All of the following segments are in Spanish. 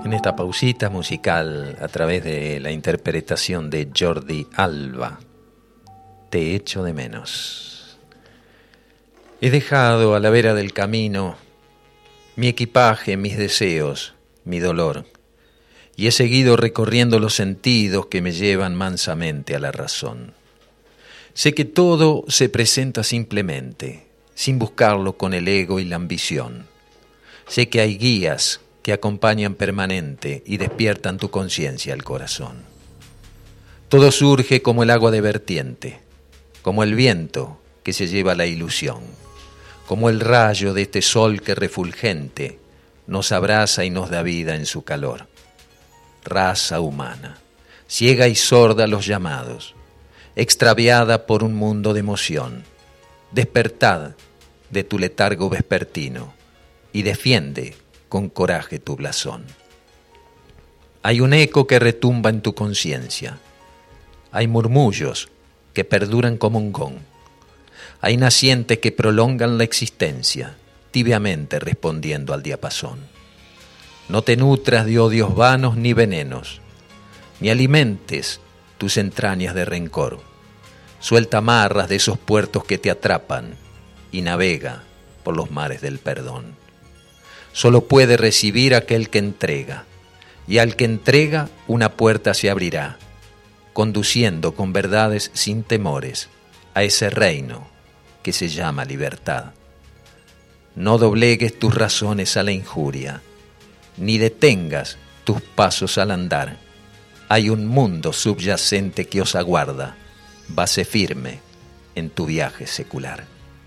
En esta pausita musical, a través de la interpretación de Jordi Alba, Te echo de menos. He dejado a la vera del camino mi equipaje, mis deseos, mi dolor, y he seguido recorriendo los sentidos que me llevan mansamente a la razón. Sé que todo se presenta simplemente, sin buscarlo con el ego y la ambición. Sé que hay guías que acompañan permanente y despiertan tu conciencia al corazón. Todo surge como el agua de vertiente, como el viento que se lleva la ilusión, como el rayo de este sol que refulgente nos abraza y nos da vida en su calor. Raza humana, ciega y sorda a los llamados, extraviada por un mundo de emoción, despertad de tu letargo vespertino y defiende con coraje tu blasón. Hay un eco que retumba en tu conciencia, hay murmullos que perduran como un gong, hay nacientes que prolongan la existencia, tibiamente respondiendo al diapasón. No te nutras de odios vanos ni venenos, ni alimentes tus entrañas de rencor. Suelta amarras de esos puertos que te atrapan y navega por los mares del perdón. Solo puede recibir aquel que entrega, y al que entrega una puerta se abrirá, conduciendo con verdades sin temores a ese reino que se llama libertad. No doblegues tus razones a la injuria, ni detengas tus pasos al andar. Hay un mundo subyacente que os aguarda, base firme en tu viaje secular.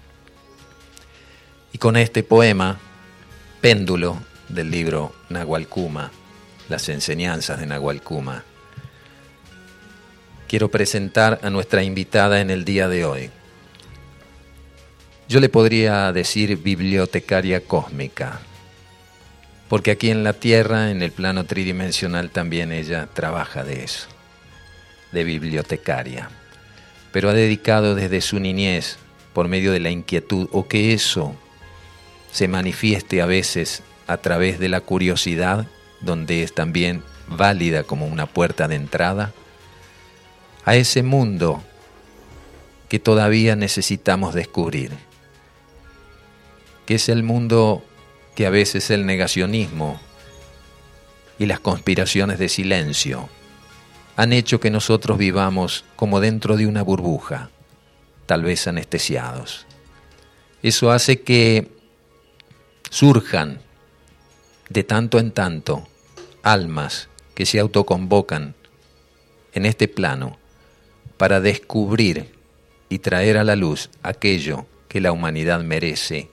Y con este poema, péndulo del libro Nahual Kuma, las enseñanzas de Nahual Kuma, quiero presentar a nuestra invitada en el día de hoy. Yo le podría decir bibliotecaria cósmica, porque aquí en la Tierra, en el plano tridimensional, también ella trabaja de eso, de bibliotecaria, pero ha dedicado desde su niñez, por medio de la inquietud, o que eso se manifieste a veces a través de la curiosidad, donde es también válida como una puerta de entrada, a ese mundo que todavía necesitamos descubrir, que es el mundo que a veces el negacionismo y las conspiraciones de silencio han hecho que nosotros vivamos como dentro de una burbuja, tal vez anestesiados. Eso hace que surjan de tanto en tanto almas que se autoconvocan en este plano para descubrir y traer a la luz aquello que la humanidad merece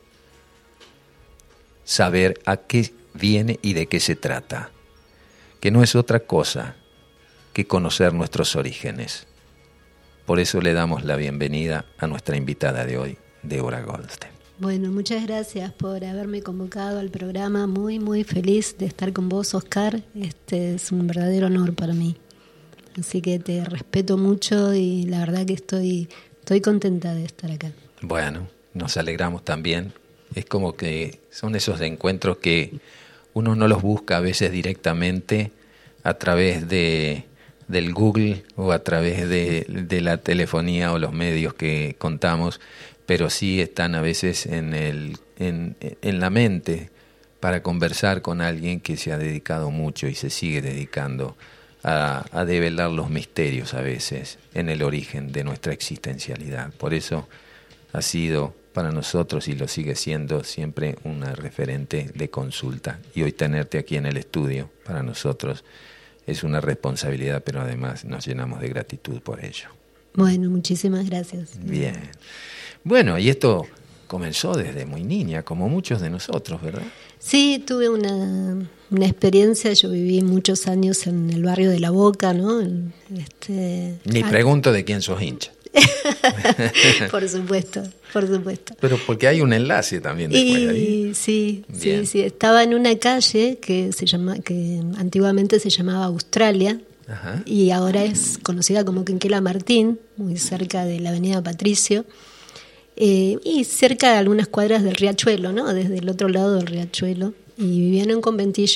saber a qué viene y de qué se trata, que no es otra cosa que conocer nuestros orígenes. Por eso le damos la bienvenida a nuestra invitada de hoy, Débora Goldstein. Bueno, muchas gracias por haberme convocado al programa. Muy, muy feliz de estar con vos, Oscar. Es un verdadero honor para mí. Así que te respeto mucho y la verdad que estoy contenta de estar acá. Bueno, nos alegramos también. Es como que son esos encuentros que uno no los busca a veces directamente a través del Google o a través de la telefonía o los medios que contamos, pero sí están a veces en la mente para conversar con alguien que se ha dedicado mucho y se sigue dedicando a develar los misterios a veces en el origen de nuestra existencialidad. Por eso ha sido para nosotros, y lo sigue siendo, siempre una referente de consulta. Y hoy tenerte aquí en el estudio, para nosotros es una responsabilidad, pero además nos llenamos de gratitud por ello. Bueno, muchísimas gracias. Bien. Bueno, y esto comenzó desde muy niña, como muchos de nosotros, ¿verdad? Sí, tuve una experiencia. Yo viví muchos años en el barrio de La Boca, ¿no? Ni pregunto de quién sos hincha. Por supuesto. Pero porque hay un enlace también después ahí. Sí. Estaba en una calle que antiguamente se llamaba Australia. Ajá. Y ahora es conocida como Quinquela Martín, muy cerca de la avenida Patricio, y cerca de algunas cuadras del Riachuelo, ¿no? Desde el otro lado del Riachuelo. Y vivía en un conventillo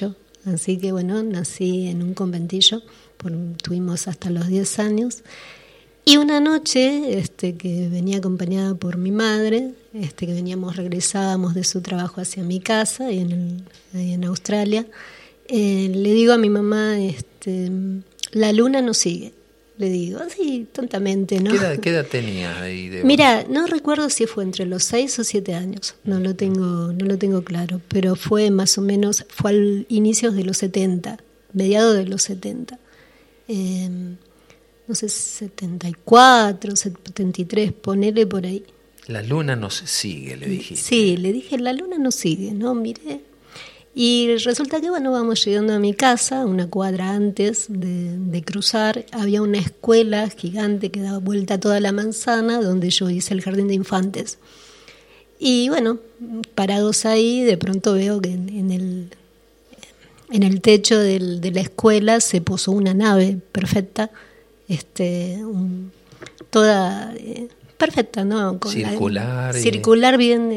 Así que bueno, nací en un conventillo, tuvimos hasta los 10 años. Y una noche, que venía acompañada por mi madre, que regresábamos de su trabajo hacia mi casa, ahí en Australia, le digo a mi mamá, la luna no sigue. Le digo, así tontamente, ¿no? ¿Qué edad tenías ahí? Mira, no recuerdo si fue entre los 6 o 7 años, no lo tengo claro, pero fue más o menos, fue al inicios de los 70, mediados de los 70. No sé, 74, 73, ponele por ahí. La luna no se sigue, le dijiste. Sí, le dije, la luna no sigue, ¿no? Miré. Y resulta que, bueno, vamos llegando a mi casa, una cuadra antes de cruzar, había una escuela gigante que daba vuelta a toda la manzana, donde yo hice el jardín de infantes. Y bueno, parados ahí, de pronto veo que en el techo de la escuela se posó una nave perfecta, toda perfecta, ¿no? Circular bien,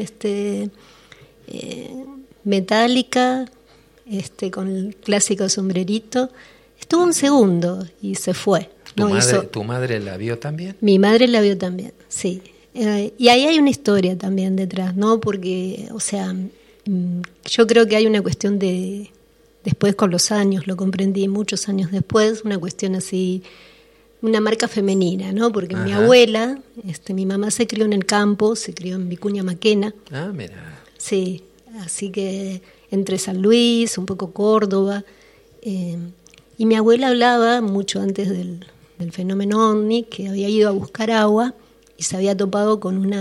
metálica, con el clásico sombrerito. Estuvo un segundo y se fue. ¿Tu madre la vio también? Mi madre la vio también, sí. Y ahí hay una historia también detrás, ¿no? Porque, o sea, yo creo que hay una cuestión de, después con los años, lo comprendí muchos años después, una cuestión así, una marca femenina, ¿no? Porque mi abuela, mi mamá se crió en el campo, se crió en Vicuña Maquena. Ah, mira. Sí, así que entre San Luis, un poco Córdoba, y mi abuela hablaba mucho antes del fenómeno ovni, que había ido a buscar agua y se había topado con un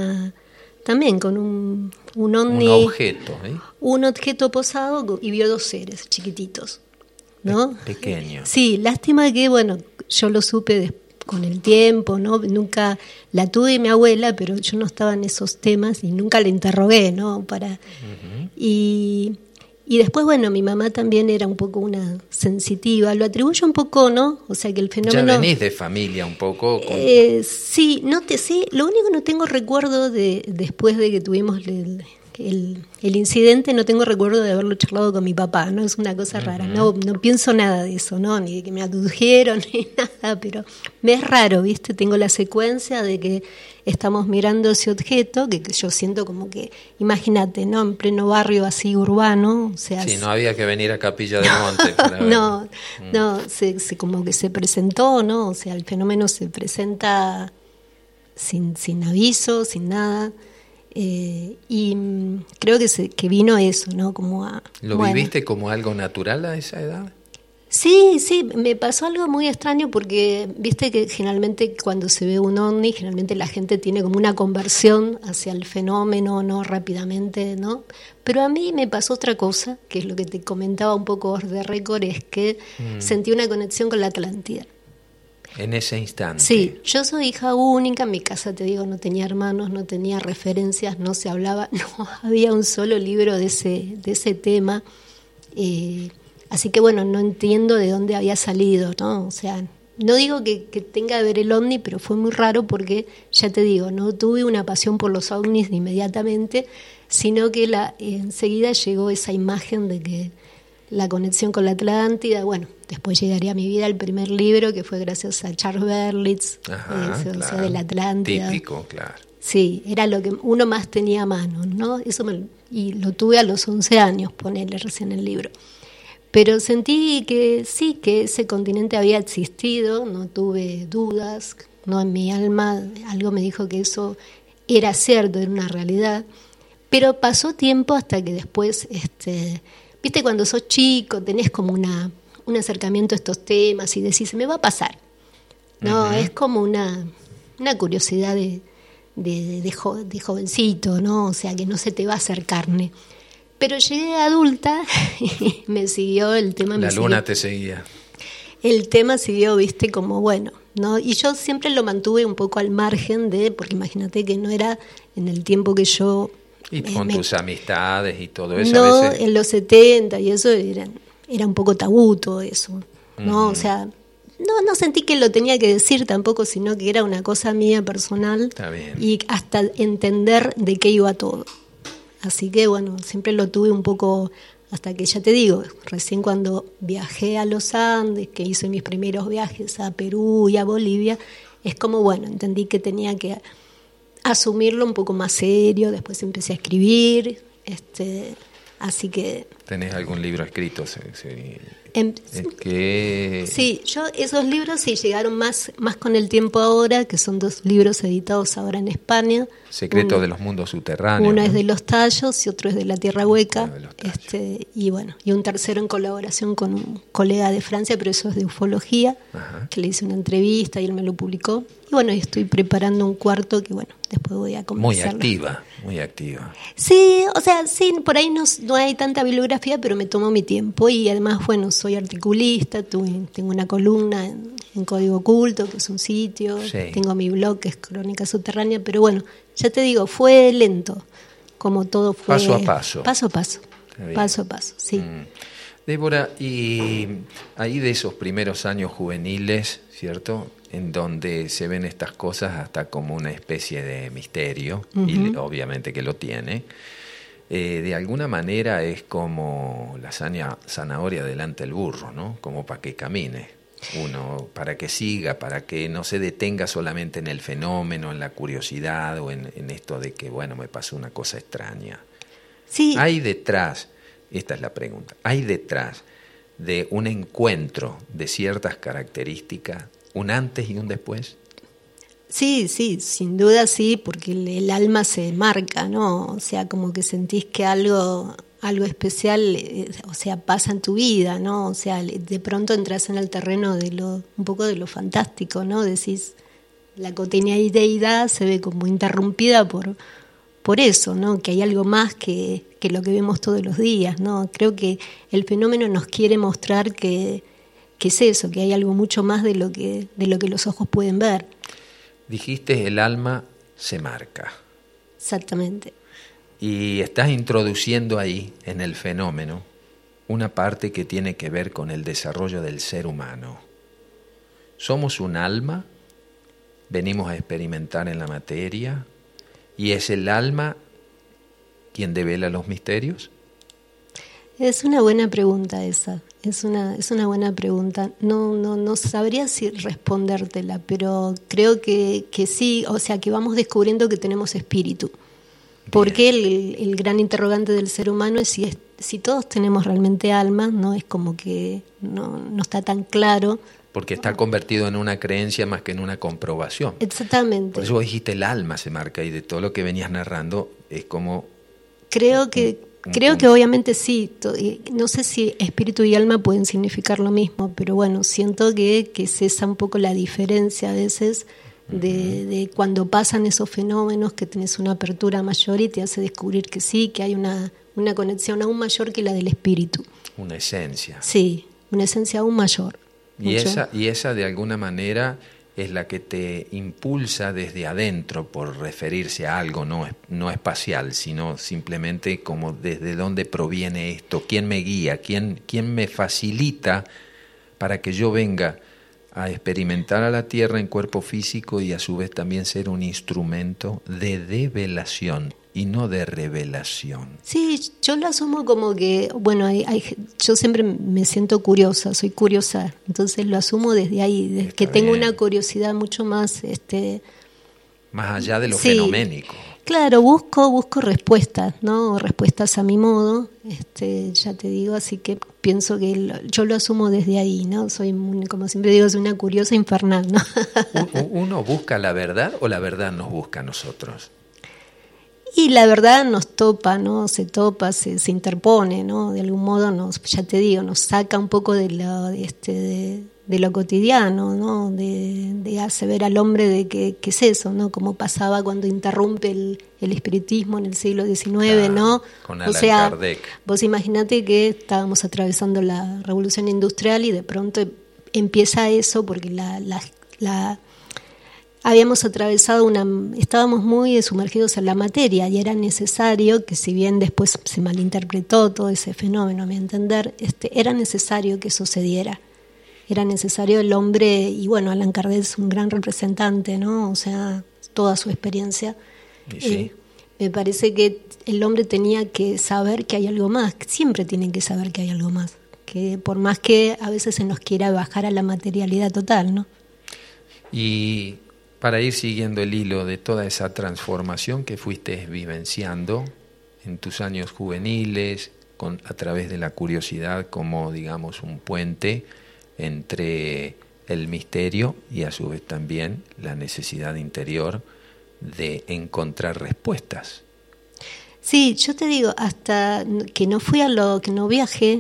ovni, un objeto, un objeto posado, y vio 2 seres chiquititos, ¿no? Pequeños. Sí, lástima que, bueno, yo lo supe con el tiempo, ¿no? Nunca la tuve mi abuela, pero yo no estaba en esos temas y nunca la interrogué, ¿no? Y después, bueno, mi mamá también era un poco una sensitiva, lo atribuyo un poco, ¿no? O sea, que el fenómeno... Ya venís de familia un poco. Sí, lo único que no tengo recuerdo después de que tuvimos el incidente, no tengo recuerdo de haberlo charlado con mi papá, ¿no? Es una cosa rara, no pienso nada de eso, ¿no? Ni de que me abdujeron, ni nada, pero me es raro, ¿viste? Tengo la secuencia de que estamos mirando ese objeto, que yo siento como que, imagínate, ¿no? En pleno barrio así urbano, o sea... Sí, no había que venir a Capilla del Monte para ver. No, como que se presentó, ¿no? O sea, el fenómeno se presenta sin aviso, sin nada... y creo que vino eso, ¿no? ¿Lo viviste como algo natural a esa edad? Sí, me pasó algo muy extraño porque viste que generalmente cuando se ve un ovni, generalmente la gente tiene como una conversión hacia el fenómeno, ¿no? Rápidamente, ¿no? Pero a mí me pasó otra cosa, que es lo que te comentaba un poco off the record, es que sentí una conexión con la Atlántida. En ese instante. Sí, yo soy hija única, en mi casa, te digo, no tenía hermanos, no tenía referencias, no se hablaba, no había un solo libro de ese tema, así que bueno, no entiendo de dónde había salido, ¿no? O sea, no digo que tenga que ver el ovni, pero fue muy raro porque, ya te digo, no tuve una pasión por los ovnis inmediatamente, sino que enseguida llegó esa imagen de que la conexión con la Atlántida, bueno, después llegaría a mi vida el primer libro, que fue gracias a Charles Berlitz, o sea, de la Atlántida. Típico, claro. Sí, era lo que uno más tenía a mano, ¿no? Y lo tuve a los 11 años, ponerle recién el libro. Pero sentí que sí, que ese continente había existido, no tuve dudas, no, en mi alma algo me dijo que eso era cierto, era una realidad. Pero pasó tiempo hasta que después... Viste, cuando sos chico tenés como un acercamiento a estos temas y decís, se me va a pasar. No, es como una curiosidad de jovencito, ¿no? O sea, que no se te va a hacer carne. Pero llegué adulta y me siguió el tema. La luna te seguía. El tema siguió, viste, como bueno, ¿no? Y yo siempre lo mantuve un poco al margen porque imagínate que no era en el tiempo que yo... Y con tus amistades y todo eso. No, a veces... en los 70 y eso era un poco tabú todo eso, ¿no? O sea, no sentí que lo tenía que decir tampoco, sino que era una cosa mía personal. Está bien. Y hasta entender de qué iba todo. Así que bueno, siempre lo tuve un poco, hasta que ya te digo, recién cuando viajé a los Andes, que hice mis primeros viajes a Perú y a Bolivia, es como bueno, entendí que tenía que asumirlo un poco más serio, después empecé a escribir, así que... ¿Tenés algún libro escrito? Sí, yo esos libros sí llegaron más con el tiempo ahora, que son 2 libros editados ahora en España. Secreto de los mundos subterráneos. Uno ¿no? es de los tallos y otro es de la tierra hueca. Y bueno, y un tercero en colaboración con un colega de Francia, pero eso es de ufología, Ajá. que le hice una entrevista y él me lo publicó. Y bueno, y estoy preparando un cuarto que bueno, después voy a comenzarlo. Muy activa. Sí, o sea, sí, por ahí no hay tanta bibliografía, pero me tomo mi tiempo y además, bueno, soy articulista, tengo una columna en Código Oculto, que es un sitio, Sí. tengo mi blog que es Crónica Subterránea, pero bueno, ya te digo, fue lento, como todo fue... Paso a paso. Paso a paso, Está bien. paso a paso, sí. Débora, y ahí de esos primeros años juveniles, ¿cierto?, en donde se ven estas cosas hasta como una especie de misterio, y obviamente que lo tiene, de alguna manera es como la zanahoria delante del burro, ¿no? Como para que camine uno, para que siga, para que no se detenga solamente en el fenómeno, en la curiosidad o en esto de que, bueno, me pasó una cosa extraña. Sí. Hay detrás, esta es la pregunta, hay detrás de un encuentro de ciertas características un antes y un después. Sí, sin duda sí, porque el alma se marca, ¿no? O sea, como que sentís que algo especial, o sea, pasa en tu vida, ¿no? O sea, de pronto entras en el terreno un poco de lo fantástico, ¿no? Decís, la cotidianeidad se ve como interrumpida por eso, ¿no? Que hay algo más que lo que vemos todos los días, ¿no? Creo que el fenómeno nos quiere mostrar que es eso, que hay algo mucho más de lo que los ojos pueden ver. Dijiste, el alma se marca. Exactamente. Y estás introduciendo ahí, en el fenómeno, una parte que tiene que ver con el desarrollo del ser humano. Somos un alma, venimos a experimentar en la materia, y es el alma quien devela los misterios. Es una buena pregunta esa. Es una buena pregunta. No sabría si respondértela, pero creo que sí, o sea, que vamos descubriendo que tenemos espíritu. Bien. Porque el gran interrogante del ser humano es si todos tenemos realmente alma, ¿no? Es como que no está tan claro. Porque está convertido en una creencia más que en una comprobación. Exactamente. Por eso vos dijiste, el alma se marca, y de todo lo que venías narrando es como... Creo que obviamente sí, no sé si espíritu y alma pueden significar lo mismo, pero bueno, siento que es esa un poco la diferencia a veces de cuando pasan esos fenómenos, que tenés una apertura mayor y te hace descubrir que sí, que hay una conexión aún mayor que la del espíritu. Una esencia. Sí, una esencia aún mayor. Y esa de alguna manera es la que te impulsa desde adentro, por referirse a algo no espacial, sino simplemente como desde dónde proviene esto, quién me guía, quién me facilita para que yo venga a experimentar a la Tierra en cuerpo físico y a su vez también ser un instrumento de develación y no de revelación. Sí, yo lo asumo como que, bueno, yo siempre me siento curiosa, soy curiosa, entonces lo asumo desde ahí, desde que tengo una curiosidad mucho más... más allá de lo fenoménico. Claro, busco respuestas, ¿no? Respuestas a mi modo, ya te digo, así que pienso que yo lo asumo desde ahí, ¿no? Soy, como siempre digo, soy una curiosa infernal, ¿no? ¿Uno busca la verdad o la verdad nos busca a nosotros? Y la verdad nos topa, ¿no? Se topa, se interpone, ¿no? De algún modo ya te digo, nos saca un poco de lo cotidiano, ¿no? De hace ver al hombre de qué es eso, ¿no? Como pasaba cuando interrumpe el espiritismo en el siglo XIX, ¿no? Con Allan Kardec. Vos imaginate que estábamos atravesando la revolución industrial y de pronto empieza eso, porque habíamos atravesado estábamos muy sumergidos en la materia y era necesario que, si bien después se malinterpretó todo ese fenómeno, a mi entender, era necesario que sucediera. Era necesario el hombre, y bueno, Allan Kardec es un gran representante, ¿no? O sea, toda su experiencia. Sí. Me parece que el hombre tenía que saber que hay algo más, siempre tienen que saber que hay algo más, que por más que a veces se nos quiera bajar a la materialidad total, ¿no? Y para ir siguiendo el hilo de toda esa transformación que fuiste vivenciando en tus años juveniles, a través de la curiosidad como, digamos, un puente entre el misterio y a su vez también la necesidad interior de encontrar respuestas. Sí, yo te digo, hasta que no fui que no viajé,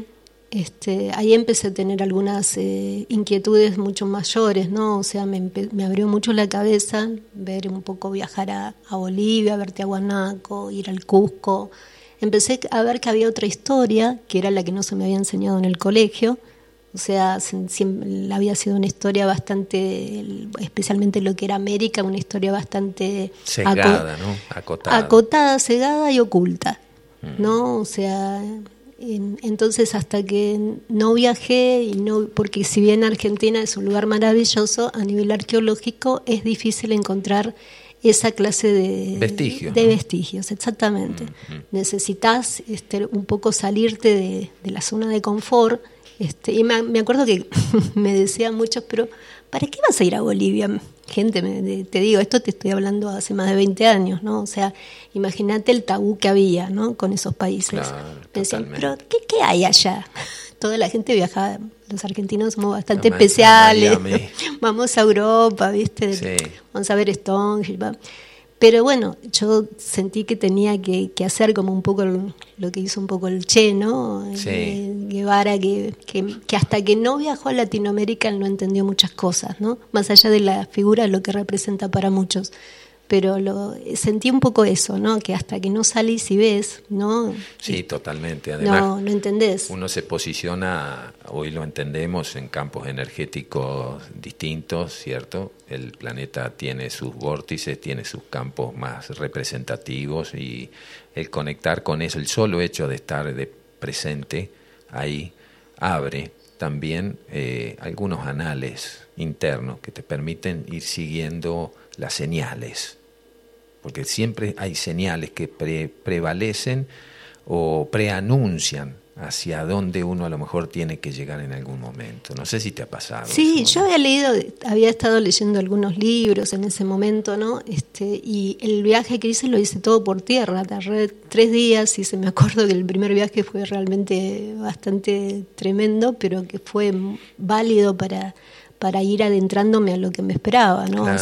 ahí empecé a tener algunas inquietudes mucho mayores, ¿no? O sea, me abrió mucho la cabeza ver un poco, viajar a Bolivia, a ver Tiahuanaco, ir al Cusco. Empecé a ver que había otra historia, que era la que no se me había enseñado en el colegio. O sea, siempre había sido una historia bastante, especialmente lo que era América, una historia bastante cegada, ¿no? Acotada, cegada y oculta, ¿no? O sea, entonces hasta que no viajé, porque si bien Argentina es un lugar maravilloso, a nivel arqueológico es difícil encontrar esa clase de vestigios, exactamente. Necesitas un poco salirte de la zona de confort. Y me acuerdo que me decían muchos, pero ¿para qué vas a ir a Bolivia? Gente, te digo, esto te estoy hablando hace más de 20 años, ¿no? O sea, imagínate el tabú que había, ¿no? Con esos países. Claro, me decían, pero ¿qué hay allá? Toda la gente viaja, los argentinos somos bastante especiales, vamos a Europa, ¿viste? Sí. Vamos a ver Stonehenge, pero bueno, yo sentí que tenía que hacer como un poco lo que hizo un poco el Che, ¿no? Sí. Guevara, que hasta que no viajó a Latinoamérica él no entendió muchas cosas, ¿no? Más allá de la figura, lo que representa para muchos. Pero sentí un poco eso, ¿no? Que hasta que no salís y ves, ¿no? Sí, totalmente. Además, no entendés. Uno se posiciona, hoy lo entendemos, en campos energéticos distintos, ¿cierto? El planeta tiene sus vórtices, tiene sus campos más representativos y el conectar con eso, el solo hecho de estar de presente ahí, abre también algunos anales internos que te permiten ir siguiendo las señales, porque siempre hay señales que prevalecen o preanuncian hacia dónde uno a lo mejor tiene que llegar en algún momento. No sé si te ha pasado. Sí, eso, yo había estado leyendo algunos libros en ese momento, ¿no? Y el viaje que hice lo hice todo por tierra, tardé 3 días y me acuerdo que el primer viaje fue realmente bastante tremendo, pero que fue válido para ir adentrándome a lo que me esperaba, ¿no? Claro.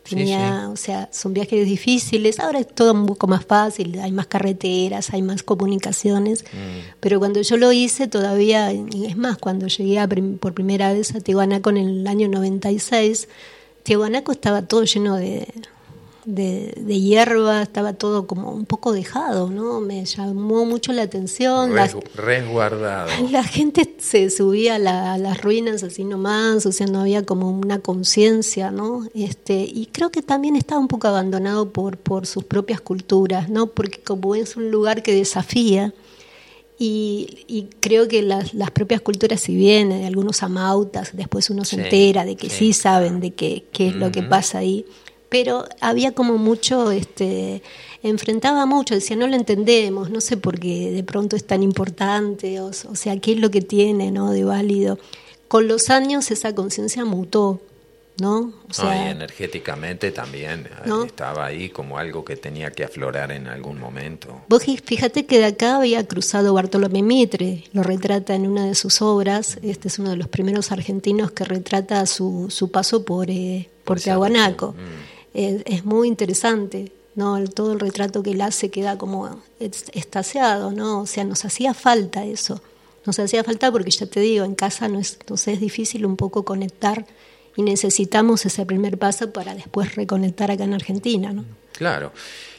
O sea, son viajes difíciles, ahora es todo un poco más fácil, hay más carreteras, hay más comunicaciones, pero cuando yo lo hice todavía, es más, cuando llegué por primera vez a Tiahuanaco en el año 96, Tiahuanaco estaba todo lleno de hierba, estaba todo como un poco dejado, ¿no? Me llamó mucho la atención. Resguardado. La gente se subía a las ruinas así nomás, o sea, no había como una conciencia, ¿no? Y creo que también estaba un poco abandonado por sus propias culturas, ¿no? Porque como es un lugar que desafía, y creo que las propias culturas, si bien de algunos amautas, después uno se entera de que sí saben de qué es lo que pasa ahí, pero había como mucho, enfrentaba mucho, decía, no lo entendemos, no sé por qué de pronto es tan importante, o sea, qué es lo que tiene, ¿no?, de válido. Con los años esa conciencia mutó, ¿no? O sea, y energéticamente también, ¿no? Estaba ahí como algo que tenía que aflorar en algún momento. Vos fíjate que de acá había cruzado Bartolomé Mitre, lo retrata en una de sus obras, es uno de los primeros argentinos que retrata su paso por Tiahuanaco. Es muy interesante, ¿no? Todo el retrato que él hace queda como extasiado, ¿no? O sea, nos hacía falta eso. Nos hacía falta porque, ya te digo, en casa nos es difícil un poco conectar y necesitamos ese primer paso para después reconectar acá en Argentina, ¿no? Claro.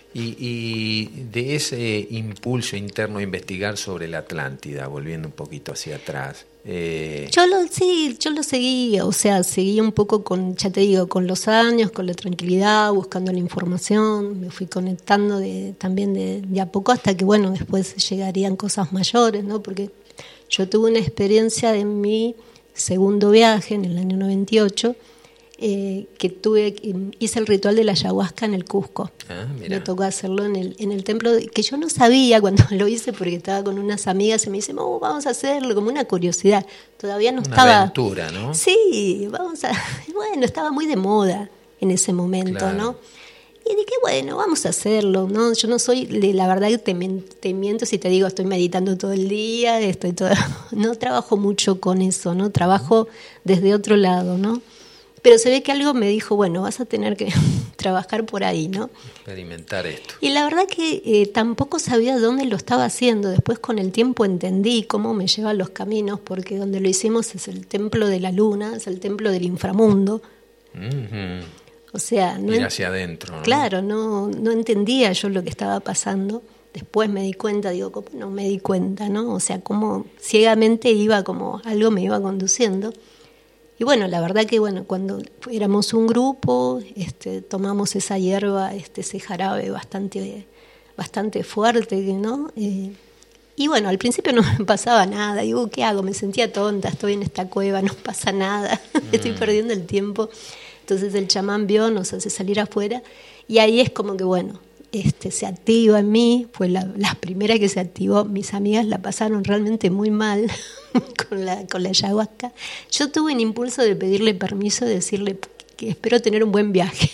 Y de ese impulso interno a investigar sobre la Atlántida, volviendo un poquito hacia atrás. Yo lo seguí, o sea, seguí un poco ya te digo, con los años, con la tranquilidad, buscando la información, me fui conectando también de a poco hasta que, bueno, después llegarían cosas mayores, ¿no? Porque yo tuve una experiencia en mi segundo viaje, en el año 98, hice el ritual de la ayahuasca en el Cusco. Mira. Me tocó hacerlo en el templo, que yo no sabía cuando lo hice porque estaba con unas amigas y me dicen, vamos a hacerlo, como una curiosidad. Todavía no estaba... Una aventura, ¿no? Sí, bueno, estaba muy de moda en ese momento, claro. ¿No? Y dije, bueno, vamos a hacerlo, ¿no? Yo no soy, la verdad que te miento si te digo estoy meditando todo el día, no trabajo mucho con eso, ¿no? Trabajo desde otro lado, ¿no? Pero se ve que algo me dijo, bueno, vas a tener que trabajar por ahí, ¿no? Experimentar esto. Y la verdad que tampoco sabía dónde lo estaba haciendo. Después con el tiempo entendí cómo me llevan los caminos, porque donde lo hicimos es el templo de la luna, es el templo del inframundo. Uh-huh. O sea, ir hacia adentro, ¿no? Claro, no entendía yo lo que estaba pasando. Después me di cuenta, digo, ¿cómo no me di cuenta, no? O sea, como ciegamente algo me iba conduciendo. Y bueno, la verdad que cuando éramos un grupo, tomamos esa hierba, ese jarabe bastante fuerte, ¿no? Y bueno, al principio no me pasaba nada. Digo, ¿qué hago? Me sentía tonta, estoy en esta cueva, no pasa nada, estoy perdiendo el tiempo. Entonces el chamán vio, nos hace salir afuera y ahí es como que se activa en mí, fue la primera que se activó. Mis amigas la pasaron realmente muy mal con la ayahuasca. Yo tuve un impulso de pedirle permiso, de decirle que espero tener un buen viaje.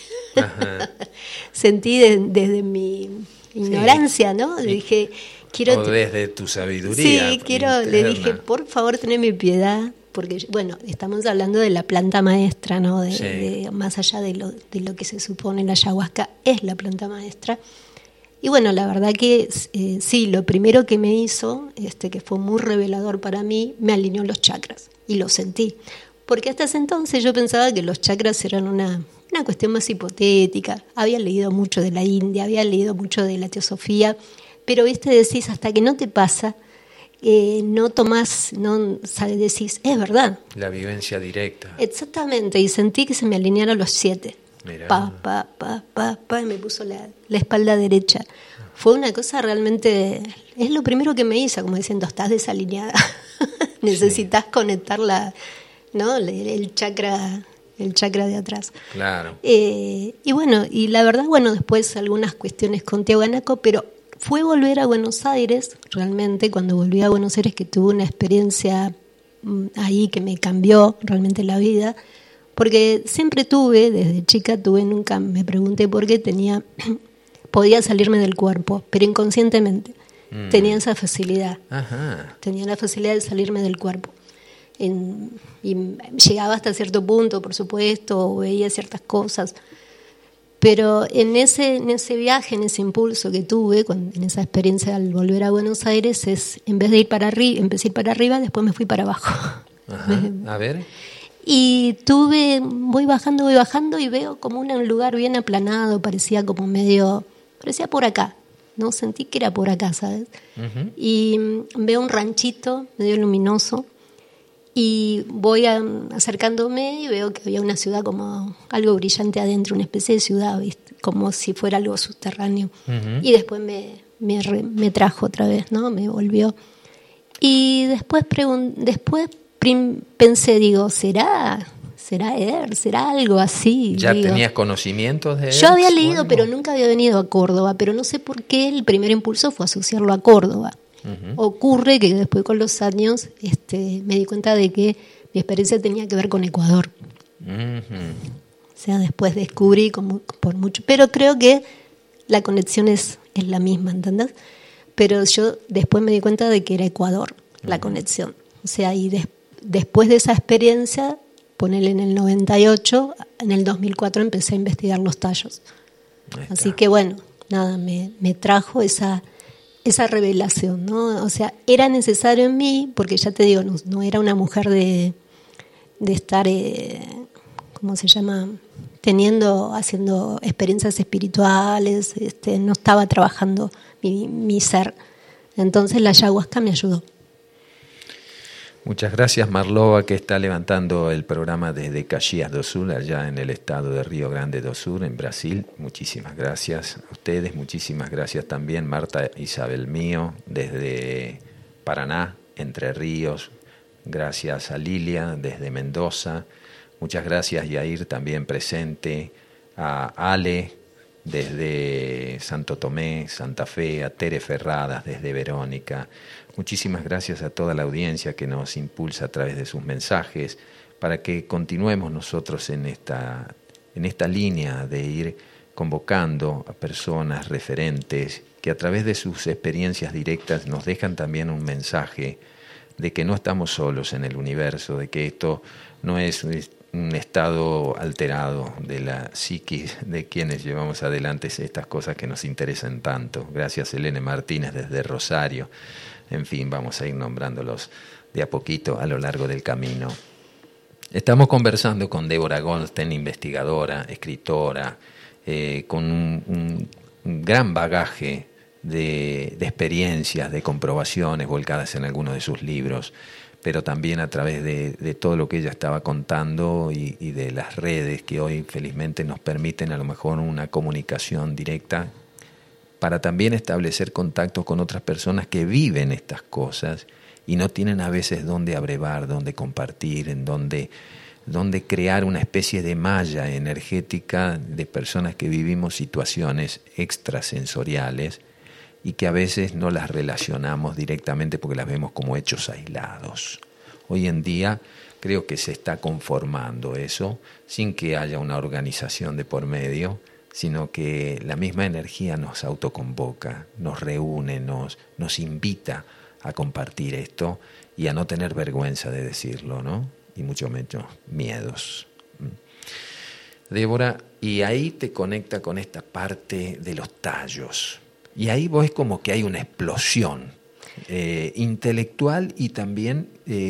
Sentí desde mi ignorancia, ¿no? Le dije, quiero... O desde tu sabiduría. Sí, le dije, por favor, teneme piedad. Porque, estamos hablando de la planta maestra, ¿no? Más allá de lo que se supone la ayahuasca, es la planta maestra. Y la verdad que sí, lo primero que me hizo, que fue muy revelador para mí, me alineó los chakras. Y lo sentí. Porque hasta ese entonces yo pensaba que los chakras eran una cuestión más hipotética. Había leído mucho de la India, había leído mucho de la teosofía, pero decís, hasta que no te pasa... no tomás, no sabes, decís, es verdad. La vivencia directa. Exactamente, y sentí que se me alinearon los 7. Mirá. Y me puso la espalda derecha. Fue una cosa realmente, es lo primero que me hizo, como diciendo, estás desalineada. Necesitas conectar ¿no? el chakra de atrás. Claro. Y la verdad, después algunas cuestiones con Tiahuanaco, pero fue volver a Buenos Aires, realmente, cuando volví a Buenos Aires, que tuve una experiencia ahí que me cambió realmente la vida, porque siempre desde chica nunca me pregunté por qué podía salirme del cuerpo, pero inconscientemente tenía esa facilidad. Ajá. Tenía la facilidad de salirme del cuerpo. Y llegaba hasta cierto punto, por supuesto, o veía ciertas cosas. Pero en ese viaje, en ese impulso que tuve, en esa experiencia al volver a Buenos Aires, en vez de ir para arriba, empecé a ir para arriba, después me fui para abajo. Ajá. A ver. Y voy bajando y veo como un lugar bien aplanado, parecía por acá, ¿no? Sentí que era por acá, ¿sabes? Uh-huh. Y veo un ranchito medio luminoso. Y voy acercándome y veo que había una ciudad como algo brillante adentro, una especie de ciudad, ¿viste? Como si fuera algo subterráneo. Uh-huh. Y después me trajo otra vez, ¿no? Me volvió. Y después pensé, digo, ¿será Eder? ¿Será algo así? ¿Ya tenías conocimientos de Eder? Yo había leído, pero nunca había venido a Córdoba, pero no sé por qué el primer impulso fue asociarlo a Córdoba. Uh-huh. Ocurre que después con los años me di cuenta de que mi experiencia tenía que ver con Ecuador. Uh-huh. O sea, después descubrí por mucho, pero creo que la conexión es la misma, ¿entendés? Pero yo después me di cuenta de que era Ecuador la conexión. O sea, y después de esa experiencia, ponele en el 98, en el 2004 empecé a investigar los tallos. Así que nada, me trajo esa revelación, ¿no? O sea, era necesario en mí, porque ya te digo, no era una mujer de estar, ¿cómo se llama? Haciendo experiencias espirituales, no estaba trabajando mi ser. Entonces la ayahuasca me ayudó. Muchas gracias, Marlova, que está levantando el programa desde Caxias do Sul, allá en el estado de Río Grande do Sul, en Brasil. Muchísimas gracias a ustedes, muchísimas gracias también, Marta Isabel Mío, desde Paraná, Entre Ríos. Gracias a Lilia, desde Mendoza. Muchas gracias, Yair, también presente, a Ale desde Santo Tomé, Santa Fe, a Tere Ferradas desde Verónica. Muchísimas gracias a toda la audiencia que nos impulsa a través de sus mensajes para que continuemos nosotros en esta línea de ir convocando a personas referentes que a través de sus experiencias directas nos dejan también un mensaje de que no estamos solos en el universo, de que esto no es un estado alterado de la psiquis de quienes llevamos adelante estas cosas que nos interesan tanto. Gracias, Elena Martínez desde Rosario. En fin, vamos a ir nombrándolos de a poquito a lo largo del camino. Estamos conversando con Débora Goldstein, investigadora, escritora, con un gran bagaje de experiencias, de comprobaciones volcadas en algunos de sus libros, pero también a través de todo lo que ella estaba contando y de las redes que hoy felizmente nos permiten a lo mejor una comunicación directa para también establecer contactos con otras personas que viven estas cosas y no tienen a veces dónde abrevar, dónde compartir, en dónde crear una especie de malla energética de personas que vivimos situaciones extrasensoriales y que a veces no las relacionamos directamente porque las vemos como hechos aislados. Hoy en día creo que se está conformando eso sin que haya una organización de por medio, sino que la misma energía nos autoconvoca, nos reúne, nos invita a compartir esto y a no tener vergüenza de decirlo, ¿no? Y mucho menos miedos. Débora, y ahí te conecta con esta parte de los tallos. Y ahí vos es como que hay una explosión intelectual y también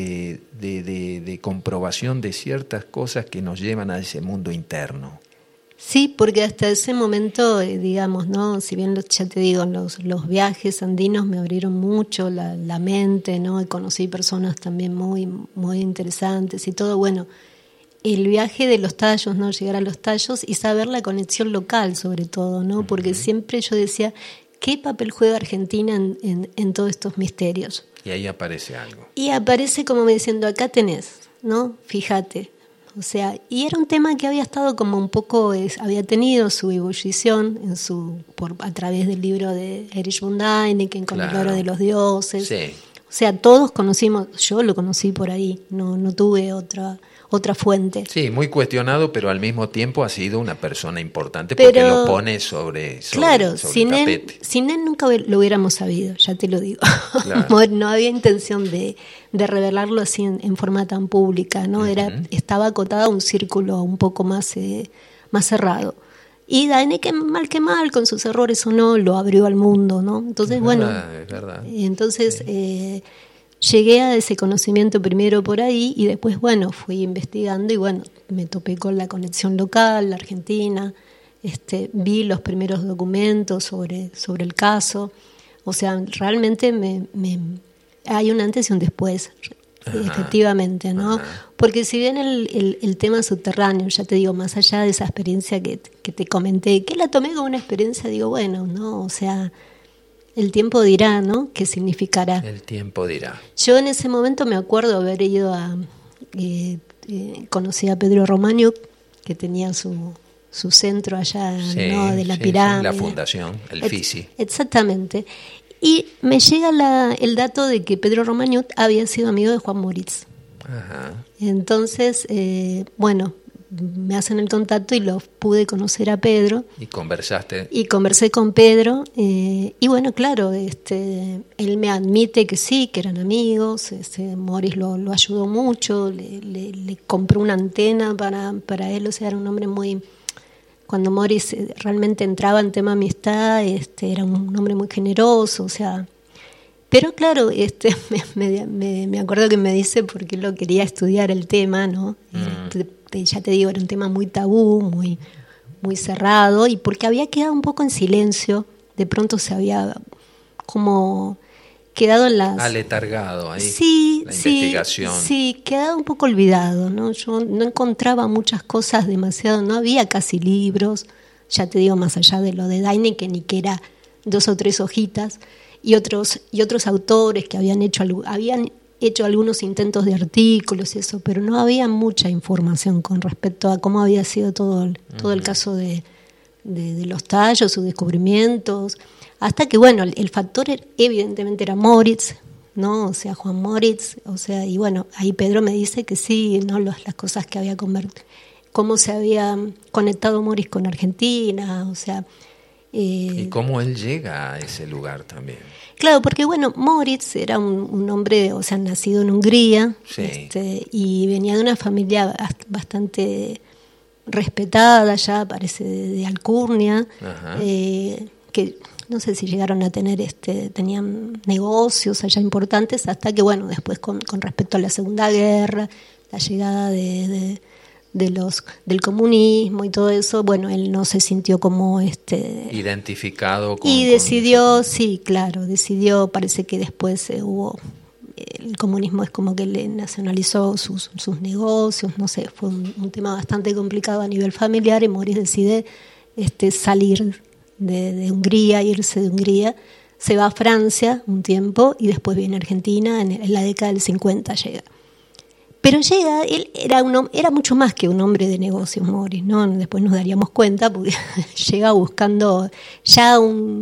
de comprobación de ciertas cosas que nos llevan a ese mundo interno. Sí, porque hasta ese momento, digamos, ¿no? Si bien ya te digo, los viajes andinos me abrieron mucho la mente, ¿no? Y conocí personas también muy, muy interesantes y todo. Bueno, el viaje de los tallos, ¿no? Llegar a los tallos y saber la conexión local, sobre todo, ¿no? Porque siempre yo decía, ¿qué papel juega Argentina en todos estos misterios? Y ahí aparece algo. Y aparece como me diciendo, acá tenés, ¿no? Fíjate. O sea, y era un tema que había estado como un poco, había tenido su ebullición a través del libro de Erich von Däniken, con el oro de los dioses. Sí. O sea, todos conocimos, yo lo conocí por ahí, no tuve otra fuente. Sí, muy cuestionado, pero al mismo tiempo ha sido una persona importante porque lo pone sobre claro, sobre el tapete. Sin él nunca lo hubiéramos sabido, ya te lo digo. Claro. No había intención de revelarlo así en forma tan pública, ¿no? Estaba acotada a un círculo un poco más cerrado. Y Däniken, mal que mal, con sus errores o no, lo abrió al mundo, ¿no? Entonces, Es verdad. Entonces, sí. Llegué a ese conocimiento primero por ahí y después, bueno, fui investigando y bueno, me topé con la conexión local, la Argentina, vi los primeros documentos sobre el caso. O sea, realmente hay un antes y un después, efectivamente, ¿no? Ajá. Porque si bien el tema subterráneo, ya te digo, más allá de esa experiencia que te comenté, que la tomé como una experiencia, digo, bueno, ¿no? O sea, el tiempo dirá, ¿no? ¿Qué significará? El tiempo dirá. Yo en ese momento me acuerdo haber ido conocí a Pedro Romaniuk, que tenía su centro allá, sí, ¿no? De la pirámide. La fundación, el FISI. Exactamente. Y me llega el dato de que Pedro Romaniuk había sido amigo de Juan Moritz. Ajá. Entonces, bueno, me hacen el contacto y lo pude conocer a Pedro. ¿Y conversaste? Y conversé con Pedro y bueno, claro, él me admite que sí, que eran amigos. Moritz lo ayudó mucho, le compró una antena para él, o sea, era un hombre muy... Cuando Moritz realmente entraba en tema amistad, era un hombre muy generoso, o sea... Pero claro, me acuerdo que me dice porque lo quería estudiar el tema, ¿no? Ya te digo, era un tema muy tabú, muy, muy cerrado, y porque había quedado un poco en silencio, de pronto se había como quedado en las... Aletargado ahí, sí, la investigación. Sí, quedado un poco olvidado, ¿no? Yo no encontraba muchas cosas demasiado, no había casi libros, ya te digo, más allá de lo de Däniken, ni que era 2 o 3 hojitas, y otros autores que habían hecho algunos intentos de artículos y eso, pero no había mucha información con respecto a cómo había sido todo el caso de los tallos, sus descubrimientos, hasta que, bueno, el factor evidentemente era Moritz, ¿no? O sea, Juan Moritz, o sea, y bueno, ahí Pedro me dice que sí, ¿no? Las cosas que había cómo se había conectado Moritz con Argentina, o sea... y cómo él llega a ese lugar también. Claro, porque bueno, Moritz era un hombre, o sea, nacido en Hungría, sí. Y venía de una familia bastante respetada ya, parece de Alcurnia, que no sé si llegaron a tener, tenían negocios allá importantes, hasta que bueno, después con respecto a la Segunda Guerra, la llegada del comunismo y todo eso, bueno, él no se sintió como identificado con... Y decidió, sí, claro, parece que después hubo... El comunismo es como que le nacionalizó sus negocios, no sé, fue un tema bastante complicado a nivel familiar y Moritz decide salir de Hungría, irse de Hungría, se va a Francia un tiempo y después viene a Argentina, en la década del 50 llega. Pero llega, él era mucho más que un hombre de negocios, Moritz, ¿no? Después nos daríamos cuenta porque llega buscando ya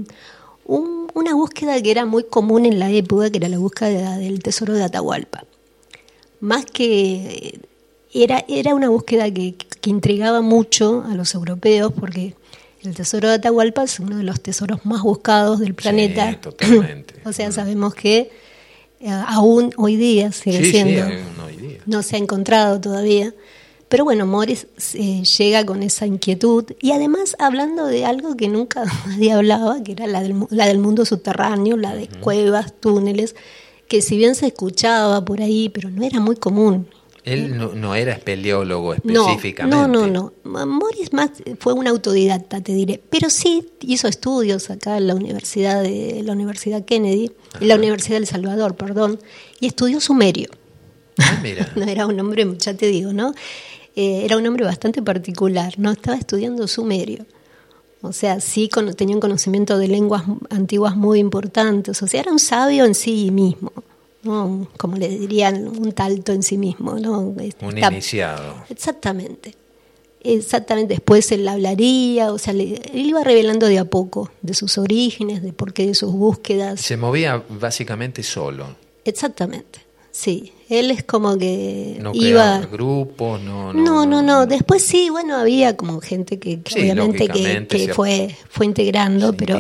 una búsqueda que era muy común en la época, que era la búsqueda del tesoro de Atahualpa. Más que era una búsqueda que intrigaba mucho a los europeos, porque el tesoro de Atahualpa es uno de los tesoros más buscados del planeta. Sí, totalmente. O sea, sabemos que aún hoy día sigue siendo. Sí, aún hoy día. No se ha encontrado todavía. Pero bueno, Moritz llega con esa inquietud y además hablando de algo que nunca nadie hablaba, que era la del mundo subterráneo, la de cuevas, túneles, que si bien se escuchaba por ahí, pero no era muy común. Él no era espeleólogo específicamente. No. Moritz más fue un autodidacta, te diré, pero sí hizo estudios acá en la Universidad Kennedy, en la Universidad del Salvador, perdón, y estudió sumerio. Ah, mira. No era un hombre, ya te digo, ¿no? Era un hombre bastante particular, ¿no? Estaba estudiando sumerio. O sea, sí tenía un conocimiento de lenguas antiguas muy importantes. O sea, era un sabio en sí mismo, ¿no? Como le dirían, un talto en sí mismo, ¿no? Un iniciado. Exactamente. Después él hablaría, o sea, él iba revelando de a poco de sus orígenes, de por qué de sus búsquedas. Se movía básicamente solo. Exactamente. Sí, él es como que no iba... grupos, no. Después sí, bueno, había como gente que sí, obviamente que fue integrando, pero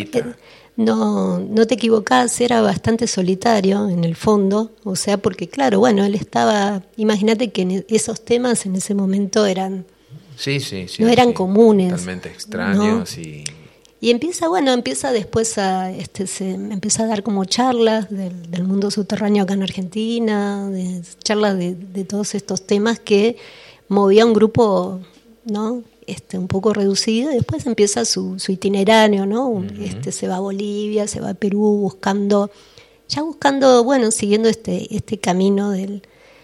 no te equivocás, era bastante solitario en el fondo, o sea, porque claro, bueno, él estaba, imagínate que esos temas en ese momento eran... no eran comunes. Totalmente extraños, ¿no? Y empieza después se empieza a dar como charlas del mundo subterráneo acá en Argentina, charlas de todos estos temas que movía un grupo, ¿no? Un poco reducido, y después empieza su itinerario, ¿no? Se va a Bolivia, se va a Perú buscando, bueno, siguiendo este camino de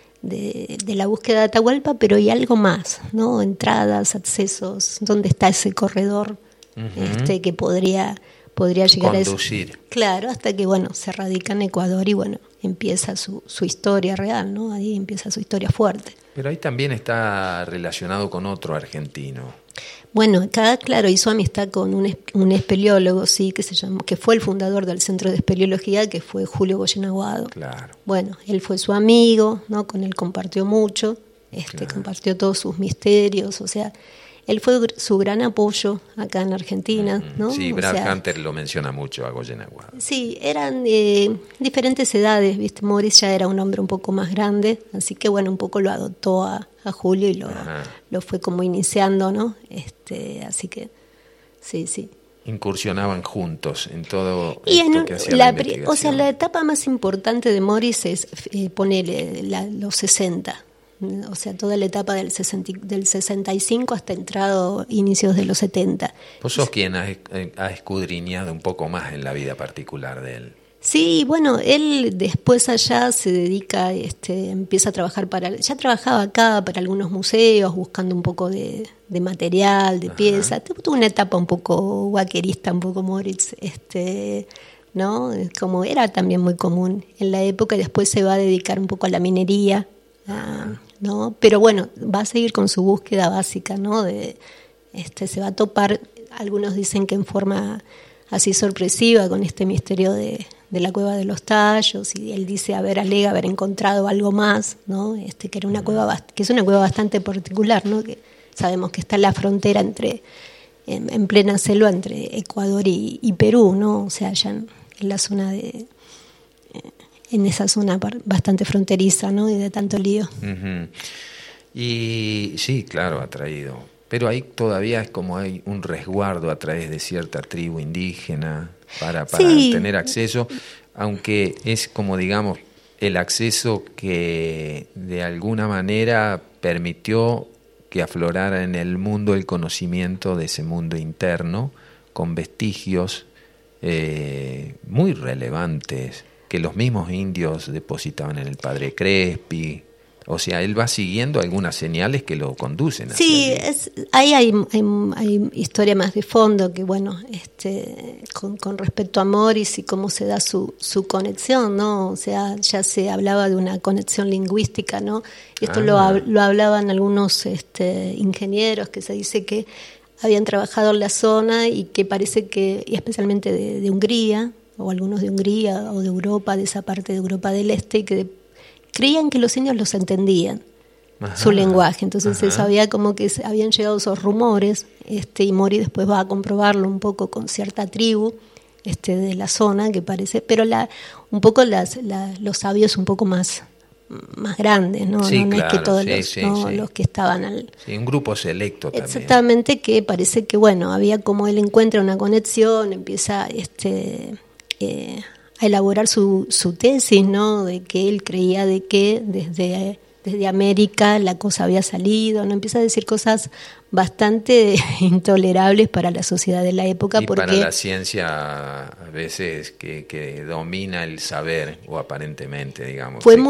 la búsqueda de Atahualpa, pero hay algo más, ¿no? Entradas, accesos, ¿dónde está ese corredor? Que podría llegar conducir. Claro, hasta que bueno, se radica en Ecuador y bueno, empieza su historia real, ¿no? Ahí empieza su historia fuerte. Pero ahí también está relacionado con otro argentino. Bueno, acá, claro, hizo amistad con un espeleólogo, sí, que fue el fundador del Centro de Espeleología, que fue Julio Goyen Aguado. Claro. Bueno, él fue su amigo, ¿no? Con él compartió mucho, claro. Compartió todos sus misterios, o sea, él fue su gran apoyo acá en Argentina, ¿no? Sí, Brad Hunter lo menciona mucho a Goyen Aguado. Sí, eran diferentes edades, ¿viste? Moritz ya era un hombre un poco más grande, así que bueno, un poco lo adoptó a Julio y lo fue como iniciando, ¿no? Así que sí. Incursionaban juntos en todo y esto que hacía la investigación. O sea, la etapa más importante de Moritz es ponerle los 60. O sea, toda la etapa del 65 hasta inicios de los 70. Vos sos quien ha escudriñado un poco más en la vida particular de él. Sí, bueno, él después allá se dedica, empieza a trabajar ya trabajaba acá para algunos museos, buscando un poco de material, de piezas. Tuvo una etapa un poco guaquerista, un poco Moritz, ¿no? Como era también muy común en la época, y después se va a dedicar un poco a la minería, ¿no? Pero bueno, va a seguir con su búsqueda básica, ¿no? Se va a topar, algunos dicen que en forma así sorpresiva, con este misterio de la cueva de los tallos, y él dice alega haber encontrado algo más, ¿no? Que era una cueva que es una cueva bastante particular, ¿no? Que sabemos que está en la frontera en plena selva entre Ecuador y Perú, ¿no? O sea, ya en la zona en esa zona bastante fronteriza, ¿no? Y de tanto lío. Uh-huh. Y sí, claro, ha traído. Pero ahí todavía es como hay un resguardo a través de cierta tribu indígena para sí, tener acceso, aunque es como, digamos, el acceso que de alguna manera permitió que aflorara en el mundo el conocimiento de ese mundo interno, con vestigios muy relevantes que los mismos indios depositaban en el Padre Crespi. O sea, él va siguiendo algunas señales que lo conducen. Sí, ahí hay historia más de fondo, que bueno, con respecto a Morris y cómo se da su conexión, ¿no? O sea, ya se hablaba de una conexión lingüística, ¿no? Esto lo hablaban algunos ingenieros, que se dice que habían trabajado en la zona y que parece que, y especialmente de Hungría, o algunos de Hungría o de Europa, de esa parte de Europa del Este, y que creían que los indios los entendían, su lenguaje. Entonces se sabía como que habían llegado esos rumores, y Mori después va a comprobarlo un poco con cierta tribu de la zona, que parece, pero un poco los sabios un poco más grandes, ¿no? Sí, no claro, es que todos los que estaban Sí, un grupo selecto también. Exactamente, que parece que, bueno, había como él encuentra una conexión, empieza a elaborar su tesis, ¿no? De que él creía de que desde América la cosa había salido, ¿no? Empieza a decir cosas bastante intolerables para la sociedad de la época. Y porque para la ciencia a veces que domina el saber, o aparentemente, digamos, fue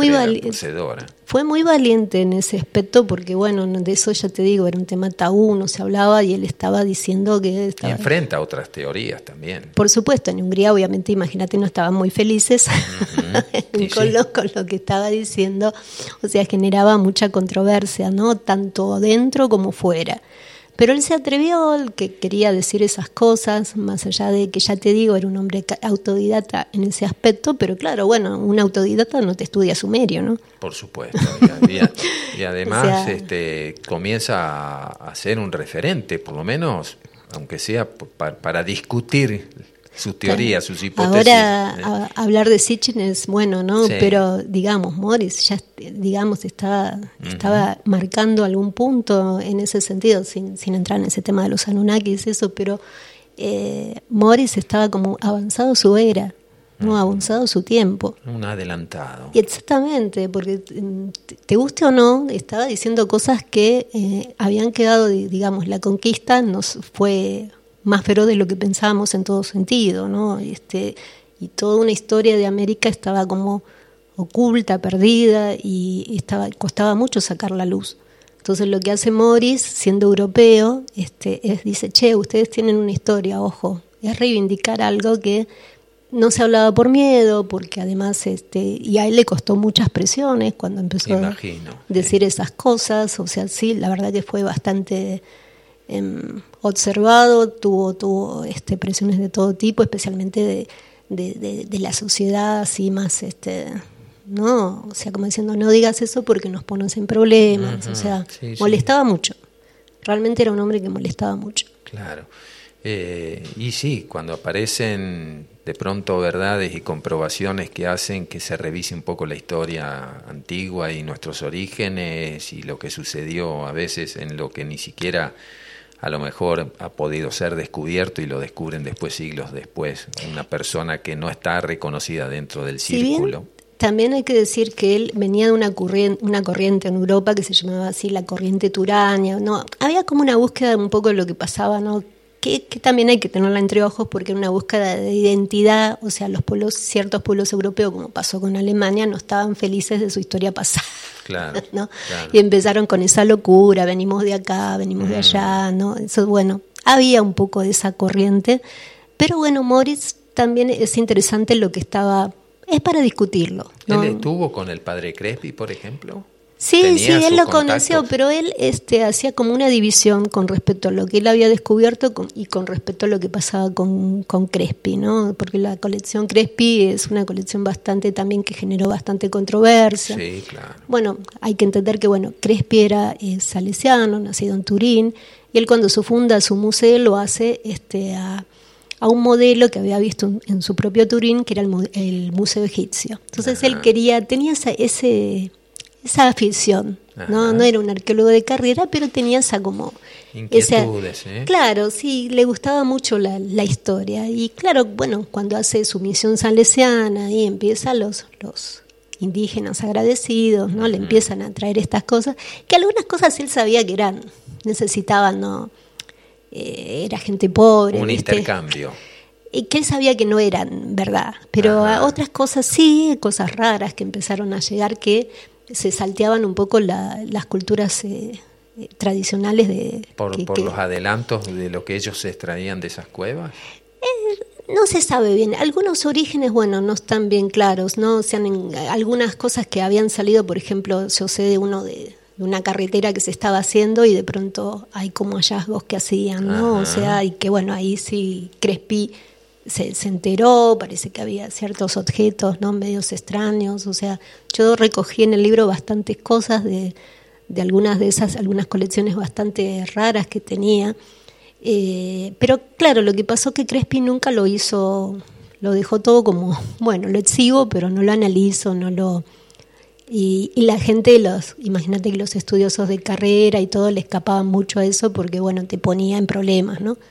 muy valiente en ese aspecto, porque bueno, de eso ya te digo, era un tema tabú, no se hablaba, y él estaba diciendo que y enfrenta otras teorías también. Por supuesto, en Hungría obviamente, imagínate, no estaban muy felices con lo que estaba diciendo, o sea, generaba mucha controversia, ¿no? Tanto dentro como fuera. Pero él se atrevió, el que quería decir esas cosas, más allá de que, ya te digo, era un hombre autodidacta en ese aspecto, pero claro, bueno, un autodidacta no te estudia sumerio, ¿no? Por supuesto. Y además o sea, comienza a ser un referente, por lo menos, aunque sea para discutir sus teorías, sus hipótesis. Ahora hablar de Sitchin es bueno, ¿no? Sí. Pero digamos, Morris ya estaba marcando algún punto en ese sentido, sin entrar en ese tema de los Anunnakis, eso, pero Morris estaba como avanzado su era, ¿no? Avanzado su tiempo. Un adelantado. Y exactamente, porque te guste o no, estaba diciendo cosas que habían quedado, digamos, la conquista nos fue más feroz de lo que pensábamos en todo sentido, ¿no? Y toda una historia de América estaba como oculta, perdida, y costaba mucho sacar la luz. Entonces lo que hace Morris, siendo europeo, dice, che, ustedes tienen una historia, ojo, es reivindicar algo que no se hablaba por miedo, porque además, y a él le costó muchas presiones cuando empezó a decir esas cosas, o sea, sí, la verdad que fue bastante observado, tuvo presiones de todo tipo, especialmente de la sociedad, así más, no, o sea, como diciendo, no digas eso porque nos pones en problemas, o sea, molestaba mucho, realmente era un hombre que molestaba mucho. Claro, y sí, cuando aparecen de pronto verdades y comprobaciones que hacen que se revise un poco la historia antigua y nuestros orígenes y lo que sucedió a veces en lo que ni siquiera a lo mejor ha podido ser descubierto, y lo descubren después, siglos después, una persona que no está reconocida dentro del círculo. Bien, también hay que decir que él venía de una corriente en Europa que se llamaba así la corriente turania, ¿no? Había como una búsqueda un poco de lo que pasaba, ¿no? Que también hay que tenerla entre ojos, porque era una búsqueda de identidad, o sea, ciertos pueblos europeos, como pasó con Alemania, no estaban felices de su historia pasada. Claro, ¿no? Claro. Y empezaron con esa locura, venimos de acá, venimos de allá, ¿no? Eso, bueno, había un poco de esa corriente, pero bueno, Morris también es interesante lo que estaba, es para discutirlo, ¿no? ¿Él estuvo con el padre Crespi, por ejemplo? Sí, él lo contactos? conoció, pero él hacía como una división con respecto a lo que él había descubierto y con respecto a lo que pasaba con Crespi, ¿no? Porque la colección Crespi es una colección bastante también que generó bastante controversia. Sí, claro. Bueno, hay que entender que Crespi era salesiano, nacido en Turín, y él cuando se funda su museo lo hace a un modelo que había visto en su propio Turín, que era el Museo Egipcio. Entonces él tenía esa afición, ¿no? No era un arqueólogo de carrera, pero tenía esa como inquietudes, Claro, sí, le gustaba mucho la historia. Y claro, cuando hace su misión salesiana y empieza los indígenas agradecidos, ¿no? Le empiezan a traer estas cosas, que algunas cosas él sabía que necesitaban, ¿no? Era gente pobre. Un intercambio. Y que él sabía que no eran verdad, pero otras cosas sí, cosas raras que empezaron a llegar que se salteaban un poco las culturas tradicionales por los adelantos de lo que ellos se extraían de esas cuevas. No se sabe bien, algunos orígenes no están bien claros, no, algunas cosas que habían salido, por ejemplo, yo sé de una carretera que se estaba haciendo y de pronto hay como hallazgos que hacían, ¿no? O sea, y que ahí sí Crespi se enteró, parece que había ciertos objetos, ¿no? Medios extraños, o sea, yo recogí en el libro bastantes cosas de algunas de esas, algunas colecciones bastante raras que tenía, pero claro, lo que pasó que Crespi nunca lo hizo, lo dejó todo como, lo exhibo, pero no lo analizo, y la gente, imagínate que los estudiosos de carrera y todo le escapaban mucho a eso porque, te ponía en problemas, ¿no?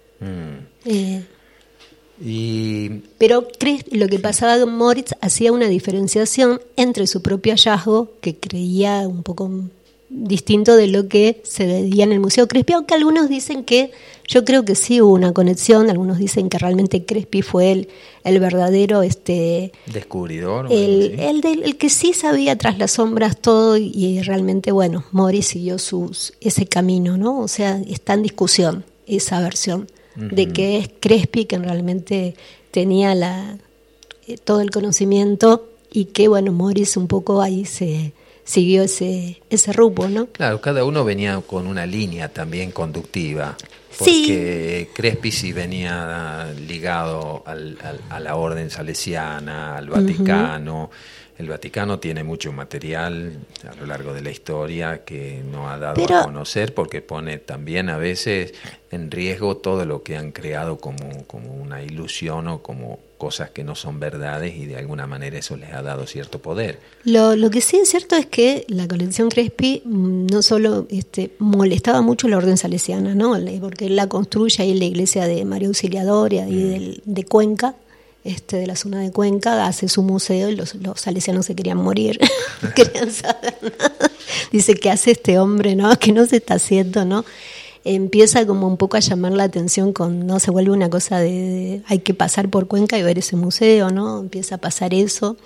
Pero lo que pasaba con Moritz hacía una diferenciación entre su propio hallazgo, que creía un poco distinto de lo que se veía en el Museo Crespi, aunque algunos dicen que, yo creo que sí hubo una conexión, algunos dicen que realmente Crespi fue el verdadero descubridor, el que sí sabía tras las sombras todo, y realmente Moritz siguió ese camino, ¿no? O sea, está en discusión esa versión de que es Crespi quien realmente tenía todo el conocimiento, y que Moritz un poco ahí siguió ese rumbo, ¿no? Claro, cada uno venía con una línea también conductiva, porque Crespi sí venía ligado a la orden salesiana, al Vaticano. El Vaticano tiene mucho material a lo largo de la historia que no ha dado a conocer, porque pone también a veces en riesgo todo lo que han creado como una ilusión o como cosas que no son verdades, y de alguna manera eso les ha dado cierto poder. Lo que sí es cierto es que la colección Crespi no solo molestaba mucho la orden salesiana, ¿no? Porque él la construye ahí en la iglesia de María Auxiliadora y de Cuenca, de la zona de Cuenca, hace su museo, y los salesianos se querían morir, no querían saber nada. Dice, ¿qué hace este hombre, no? ¿Qué no se está haciendo, no? Empieza como un poco a llamar la atención, no se vuelve una cosa de hay que pasar por Cuenca y ver ese museo, ¿no? Empieza a pasar eso.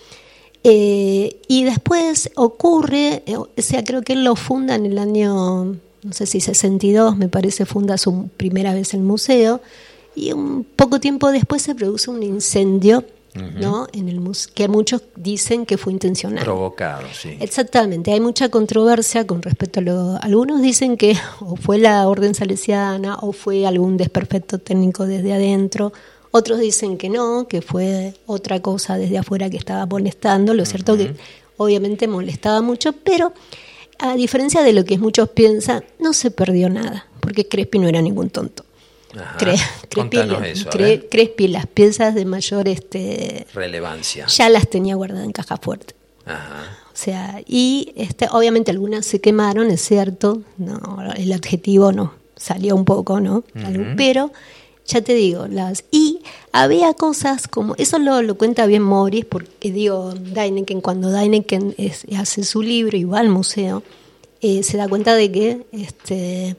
Y después ocurre, creo que él lo funda en el año, no sé si 62, me parece, funda su primera vez el museo, y un poco tiempo después se produce un incendio, ¿no? En el que muchos dicen que fue intencional. Provocado, sí. Exactamente, hay mucha controversia con respecto a algunos dicen que o fue la orden salesiana o fue algún desperfecto técnico desde adentro, otros dicen que no, que fue otra cosa desde afuera que estaba molestando. Lo cierto que obviamente molestaba mucho, pero a diferencia de lo que muchos piensan, no se perdió nada, porque Crespi no era ningún tonto. Contanos eso. Crespi, las piezas de mayor relevancia ya las tenía guardadas en caja fuerte. Ajá. O sea, y obviamente algunas se quemaron, es cierto, no, el adjetivo no salió un poco, ¿no? Pero ya te digo, y había cosas como, eso lo cuenta bien Moritz, porque Däniken, cuando Däniken hace su libro y va al museo, se da cuenta de que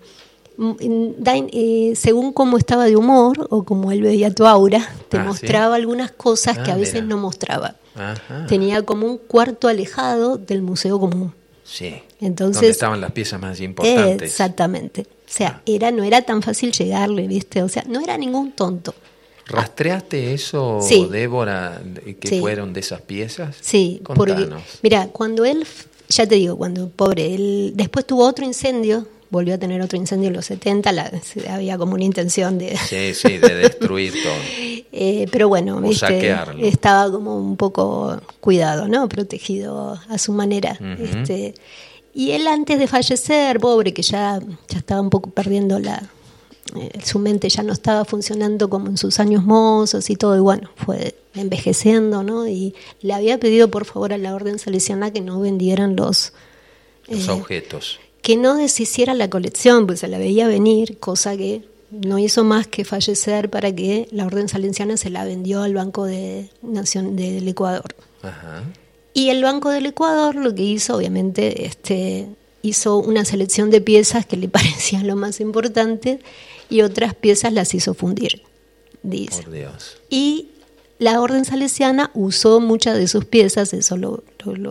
según cómo estaba de humor o como él veía tu aura, te mostraba algunas cosas que a veces no mostraba. Ajá. Tenía como un cuarto alejado del museo común. Sí. Entonces, donde estaban las piezas más importantes. Exactamente. O sea, no era tan fácil llegarle, ¿viste? O sea, no era ningún tonto. ¿Rastreaste eso, sí. Débora, que sí. fueron de esas piezas? Sí, Contanos. porque, mira, cuando él, ya te digo, cuando pobre, él después tuvo otro incendio, volvió a tener otro incendio en los 70, había como una intención de... Sí, de destruir todo. Pero bueno, o saquearlo. Estaba como un poco cuidado, ¿no? Protegido a su manera. Uh-huh. Y él antes de fallecer, pobre, que ya estaba un poco perdiendo su mente, ya no estaba funcionando como en sus años mozos y todo, y bueno, fue envejeciendo, ¿no? Y le había pedido por favor a la Orden Salesiana que no vendieran los objetos. Que no deshiciera la colección, pues se la veía venir, cosa que no hizo más que fallecer para que la Orden Salesiana se la vendió al Banco de Nación del Ecuador. Ajá. Y el Banco del Ecuador lo que hizo, obviamente, hizo una selección de piezas que le parecían lo más importante y otras piezas las hizo fundir, dice. Por Dios. Y la Orden Salesiana usó muchas de sus piezas, eso lo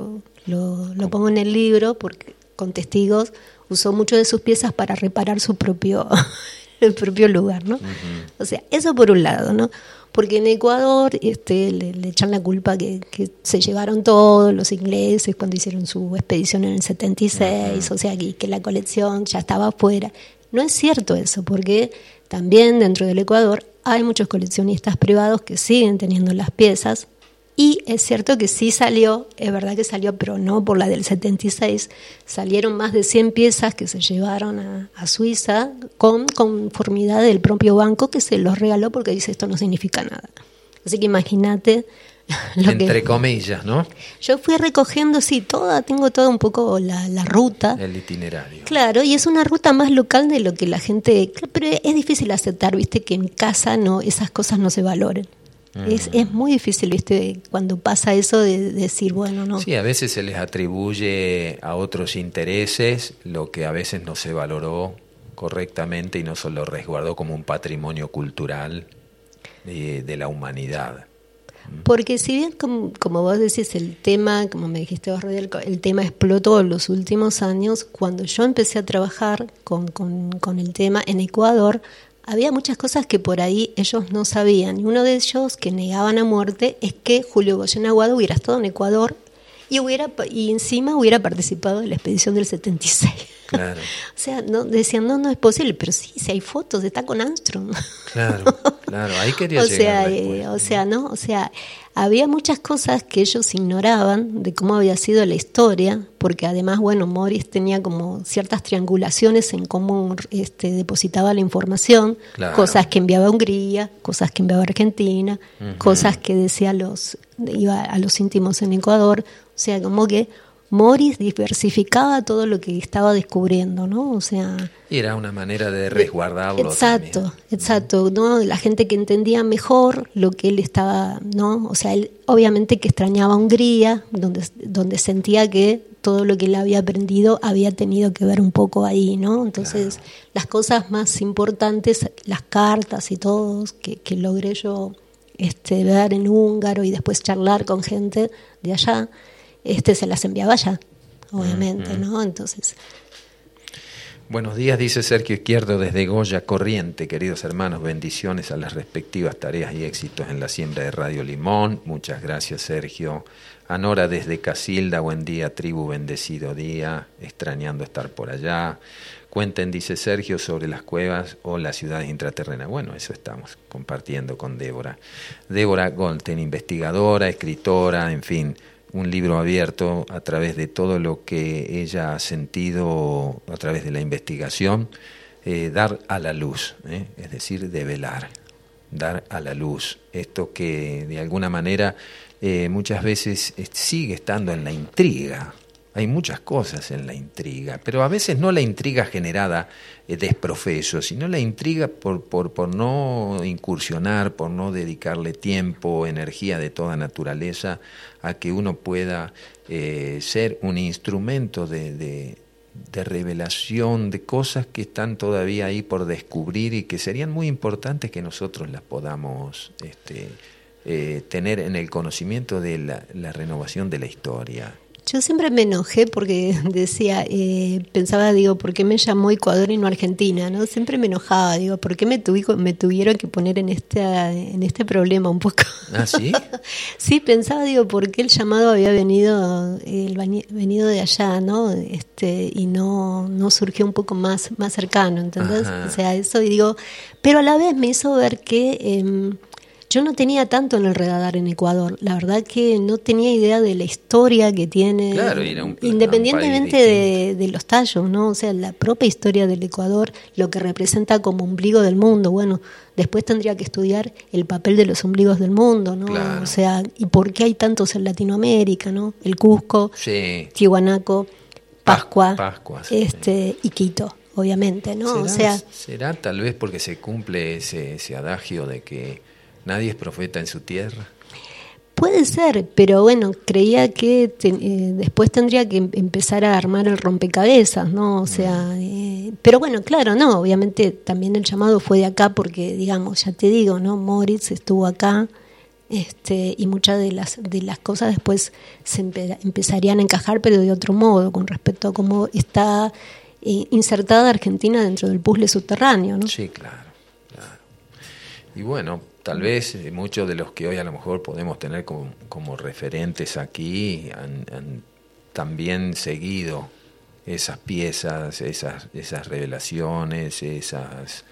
pongo en el libro porque con testigos, usó mucho de sus piezas para reparar su propio el propio lugar, ¿no? Uh-huh. O sea, eso por un lado, ¿no? Porque en Ecuador le echan la culpa que se llevaron todos los ingleses cuando hicieron su expedición en el 76, uh-huh. O sea, que la colección ya estaba afuera. No es cierto eso, porque también dentro del Ecuador hay muchos coleccionistas privados que siguen teniendo las piezas. Y es cierto que sí salió, es verdad que salió, pero no por la del 76, salieron más de 100 piezas que se llevaron a Suiza con conformidad del propio banco que se los regaló porque dice esto no significa nada. Así que imagínate entre comillas, ¿no? Yo fui recogiendo, sí, tengo toda un poco la ruta. El itinerario. Claro, y es una ruta más local de lo que la gente... Pero es difícil aceptar, viste, que en casa esas cosas no se valoren. Es muy difícil, ¿viste? Cuando pasa eso de decir, bueno, no. Sí, a veces se les atribuye a otros intereses lo que a veces no se valoró correctamente y no se lo resguardó como un patrimonio cultural de la humanidad. Porque si bien, como vos decís, el tema, como me dijiste vos, Rodiel, el tema explotó en los últimos años, cuando yo empecé a trabajar con el tema en Ecuador, había muchas cosas que por ahí ellos no sabían. Y uno de ellos que negaban a muerte es que Julio Goyen Aguado hubiera estado en Ecuador y encima hubiera participado en la expedición del 76. Claro. O sea, decían, no es posible, pero sí, si hay fotos, está con Armstrong. Claro, ahí quería llegar después. O sea, había muchas cosas que ellos ignoraban de cómo había sido la historia, porque además, bueno, Morris tenía como ciertas triangulaciones en cómo depositaba la información, claro. Cosas que enviaba a Hungría, cosas que enviaba a Argentina, cosas que decía iba a los íntimos en Ecuador, o sea, como que Morris diversificaba todo lo que estaba descubriendo, ¿no? O sea... Y era una manera de resguardarlo. Exacto, ¿no? La gente que entendía mejor lo que él estaba, ¿no? O sea, él obviamente que extrañaba Hungría, donde sentía que todo lo que él había aprendido había tenido que ver un poco ahí, ¿no? Entonces, claro. Las cosas más importantes, las cartas y todo, que logré yo ver en húngaro y después charlar con gente de allá, se las enviaba allá, obviamente, ¿no? Entonces... Buenos días, dice Sergio Izquierdo desde Goya Corriente. Queridos hermanos, bendiciones a las respectivas tareas y éxitos en la siembra de Radio Limón. Muchas gracias, Sergio. Anora desde Casilda, buen día, tribu, bendecido día, extrañando estar por allá. Cuenten, dice Sergio, sobre las cuevas o las ciudades intraterrenas. Bueno, eso estamos compartiendo con Débora. Débora Golten, investigadora, escritora, en fin, un libro abierto a través de todo lo que ella ha sentido a través de la investigación, dar a la luz, es decir, develar, dar a la luz. Esto que de alguna manera muchas veces sigue estando en la intriga. Hay muchas cosas en la intriga, pero a veces no la intriga generada desprofeso, sino la intriga por no incursionar, por no dedicarle tiempo, energía de toda naturaleza a que uno pueda ser un instrumento de revelación de cosas que están todavía ahí por descubrir y que serían muy importantes que nosotros las podamos tener en el conocimiento de la renovación de la historia. Yo siempre me enojé porque decía, pensaba, digo, ¿por qué me llamó Ecuador y no Argentina? ¿No? Siempre me enojaba, digo, ¿por qué me tuvieron que poner en este problema un poco? ¿Ah, sí? Sí, pensaba, digo, ¿por qué el llamado había venido de allá, ¿no? Y no surgió un poco más cercano, ¿entendés? Ajá. O sea, eso, y digo, pero a la vez me hizo ver que yo no tenía tanto en el radar en Ecuador. La verdad que no tenía idea de la historia que tiene, Claro, era independientemente un país de los tallos, ¿no? O sea, la propia historia del Ecuador, lo que representa como ombligo del mundo. Bueno, después tendría que estudiar el papel de los ombligos del mundo, ¿no? Claro. O sea, y por qué hay tantos en Latinoamérica, ¿no? El Cusco, Sí. Tiahuanaco, Pascua, sí. Y Quito, obviamente, ¿no? ¿Será tal vez porque se cumple ese adagio de que nadie es profeta en su tierra? Puede ser, pero bueno, creía que después tendría que empezar a armar el rompecabezas, ¿no? O sea, pero bueno, claro, no, obviamente también el llamado fue de acá porque, digamos, ya te digo, ¿no? Moritz estuvo acá, y muchas de las cosas después se empezarían a encajar, pero de otro modo, con respecto a cómo está insertada Argentina dentro del puzzle subterráneo, ¿no? Sí, claro. Y bueno, tal vez muchos de los que hoy a lo mejor podemos tener como referentes aquí han también seguido esas piezas, esas revelaciones, esas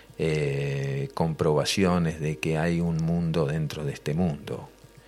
comprobaciones de que hay un mundo dentro de este mundo.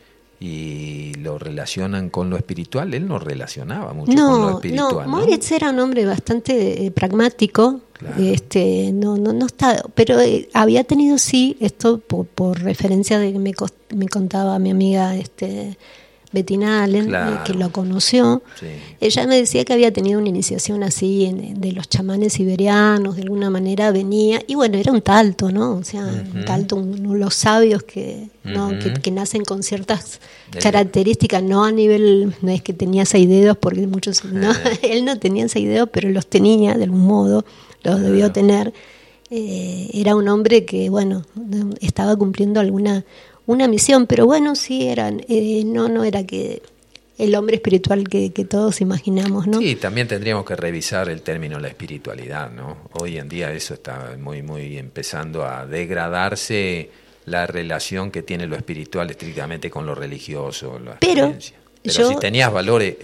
Y lo relacionan con lo espiritual. Él no relacionaba mucho con lo espiritual. No, Moritz era un hombre bastante pragmático. Claro. No está, pero había tenido sí esto por referencia de que me contaba mi amiga Bettina Allen, Claro. Que lo conoció. Sí. Ella me decía que había tenido una iniciación así de los chamanes siberianos, de alguna manera venía, y bueno, era un talto, ¿no? O sea, un talto, los sabios que nacen con ciertas características, no a nivel, no es que tenía 6 dedos, porque muchos, no, él no tenía 6 dedos, pero los tenía de algún modo, los debió tener. Era un hombre que, bueno, estaba cumpliendo una misión, pero bueno, sí no era que el hombre espiritual que todos imaginamos, ¿no? Sí, también tendríamos que revisar el término la espiritualidad, ¿no? Hoy en día eso está muy empezando a degradarse, la relación que tiene lo espiritual estrictamente con lo religioso, la experiencia. Pero si tenías valores,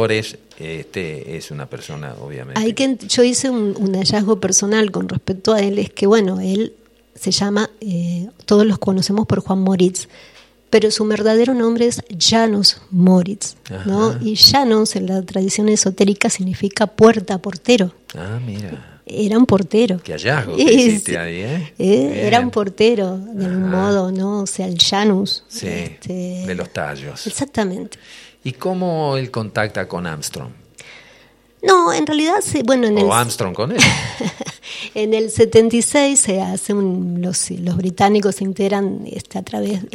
es una persona, obviamente. Yo hice un hallazgo personal con respecto a él, es que, bueno, él se llama, todos los conocemos por Juan Moritz, pero su verdadero nombre es Janos Moritz, ¿no? Ajá. Y Janos en la tradición esotérica significa puerta, portero. Ah, mira. Era un portero. Qué hallazgo que hiciste ahí, Era un portero, de algún modo, ¿no? O sea, el Janus. Sí, de los tallos. Exactamente. ¿Y cómo él contacta con Armstrong? No, en realidad, ¿O Armstrong con él? En el 76 se hace los británicos se integran a través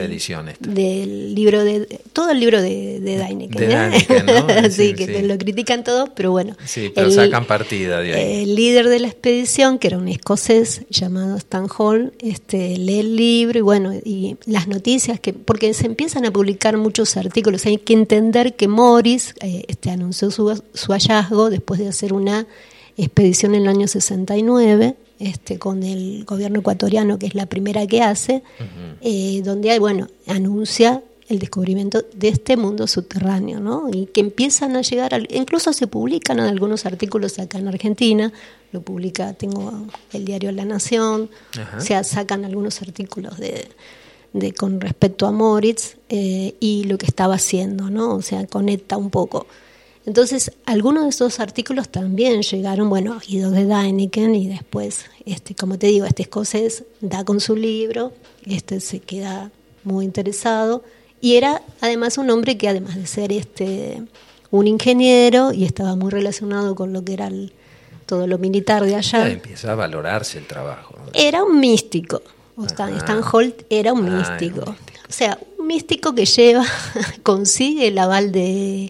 del libro todo el libro de Däniken. De Däniken, ¿no? Sí, que lo critican todos, pero bueno. Sí, pero sacan partida de ahí. El líder de la expedición, que era un escocés llamado Stan Hall, lee el libro y bueno, y las noticias, porque se empiezan a publicar muchos artículos. Hay que entender que Morris anunció su hallazgo después de hacer una expedición en el año 69 con el gobierno ecuatoriano, que es la primera que hace, donde anuncia el descubrimiento de este mundo subterráneo, ¿no? Y que empiezan a llegar, incluso se publican algunos artículos acá en Argentina, lo publica, tengo el diario La Nación, o sea, sacan algunos artículos con respecto a Moritz y lo que estaba haciendo, ¿no? O sea, conecta un poco. Entonces, algunos de esos artículos también llegaron, oídos de Däniken, y después, como te digo, este escocés da con su libro, se queda muy interesado, y era además un hombre que, además de ser un ingeniero, y estaba muy relacionado con lo que era todo lo militar de allá. Empieza a valorarse el trabajo. Era un místico. Stan Holt era un místico. O sea, un místico que consigue el aval de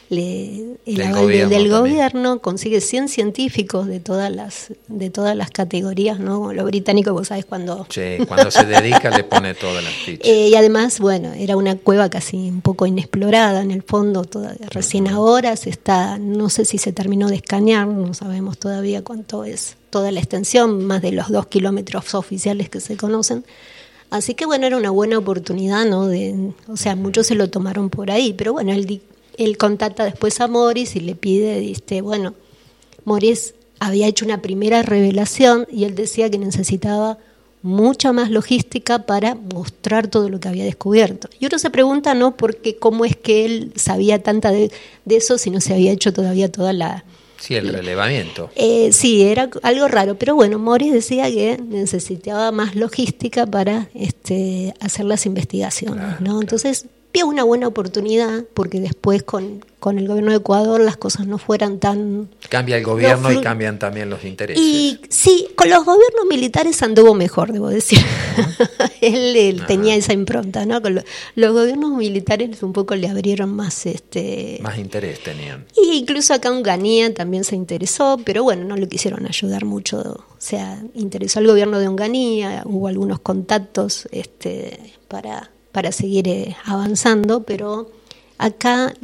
el aval del gobierno, consigue 100 científicos de todas las categorías, ¿no? Los británicos, vos sabés, cuando se dedica le pone todas las fichas. Y además, bueno, era una cueva casi un poco inexplorada en el fondo, recién ahora se está, no sé si se terminó de escanear, no sabemos todavía cuánto es toda la extensión, más de los 2 kilómetros oficiales que se conocen. Así que bueno, era una buena oportunidad, ¿no? O sea, muchos se lo tomaron por ahí, pero bueno, él contacta después a Morris y le pide, bueno, Morris había hecho una primera revelación y él decía que necesitaba mucha más logística para mostrar todo lo que había descubierto. Y uno se pregunta, ¿no? Porque cómo es que él sabía tanta de eso si no se había hecho todavía toda la... Sí, el relevamiento. Sí, era algo raro, pero bueno, Morris decía que necesitaba más logística para hacer las investigaciones, ¿no? Entonces, vio una buena oportunidad, porque después con el gobierno de Ecuador las cosas no fueran tan... Cambia el gobierno y cambian también los intereses. Y sí, con los gobiernos militares anduvo mejor, debo decir. Él tenía esa impronta, ¿no? Con los gobiernos militares un poco le abrieron más... Más interés tenían. Y incluso acá Onganía también se interesó, pero bueno, no le quisieron ayudar mucho. O sea, interesó al gobierno de Onganía, hubo algunos contactos para seguir avanzando, pero acá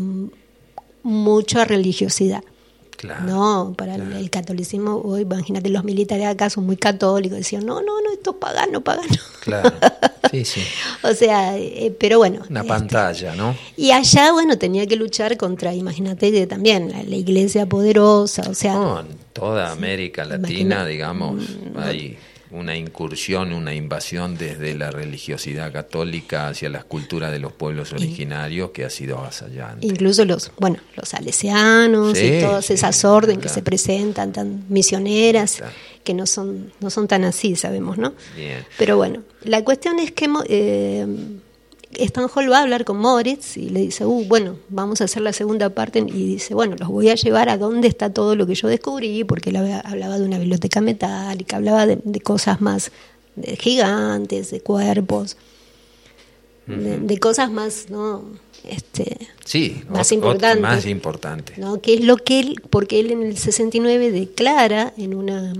mucha religiosidad. Claro, no, para el catolicismo, hoy imagínate, los militares acá son muy católicos, decían, no, esto es pagano. Claro, sí. O sea, pero bueno. Una pantalla, ¿no? Y allá, bueno, tenía que luchar contra, imagínate, que también la iglesia poderosa, o sea... No, en toda América Latina, digamos, hay una incursión, una invasión desde la religiosidad católica hacia las culturas de los pueblos originarios que ha sido avasallante. Incluso los salesianos y todas esas órdenes que se presentan, tan misioneras, que no son tan así, sabemos, ¿no? Bien. Pero bueno, la cuestión es que Stanholt va a hablar con Moritz y le dice, vamos a hacer la segunda parte, y dice, bueno, los voy a llevar a donde está todo lo que yo descubrí, porque él hablaba de una biblioteca metálica, hablaba de cosas más de gigantes, de cuerpos, de cosas más, ¿no? Más importantes. Más importante. ¿No? Que es lo que porque él en el 69 declara en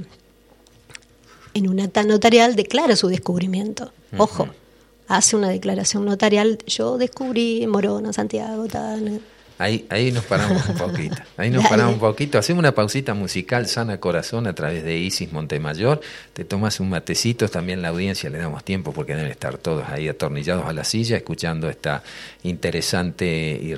un acta notarial, declara su descubrimiento. Ojo. Hace una declaración notarial, yo descubrí Morona, Santiago, tal. Ahí nos paramos un poquito. Hacemos una pausita musical, Sana Corazón, a través de Isis Montemayor. Te tomas un matecito, también la audiencia le damos tiempo porque deben estar todos ahí atornillados a la silla escuchando esta interesante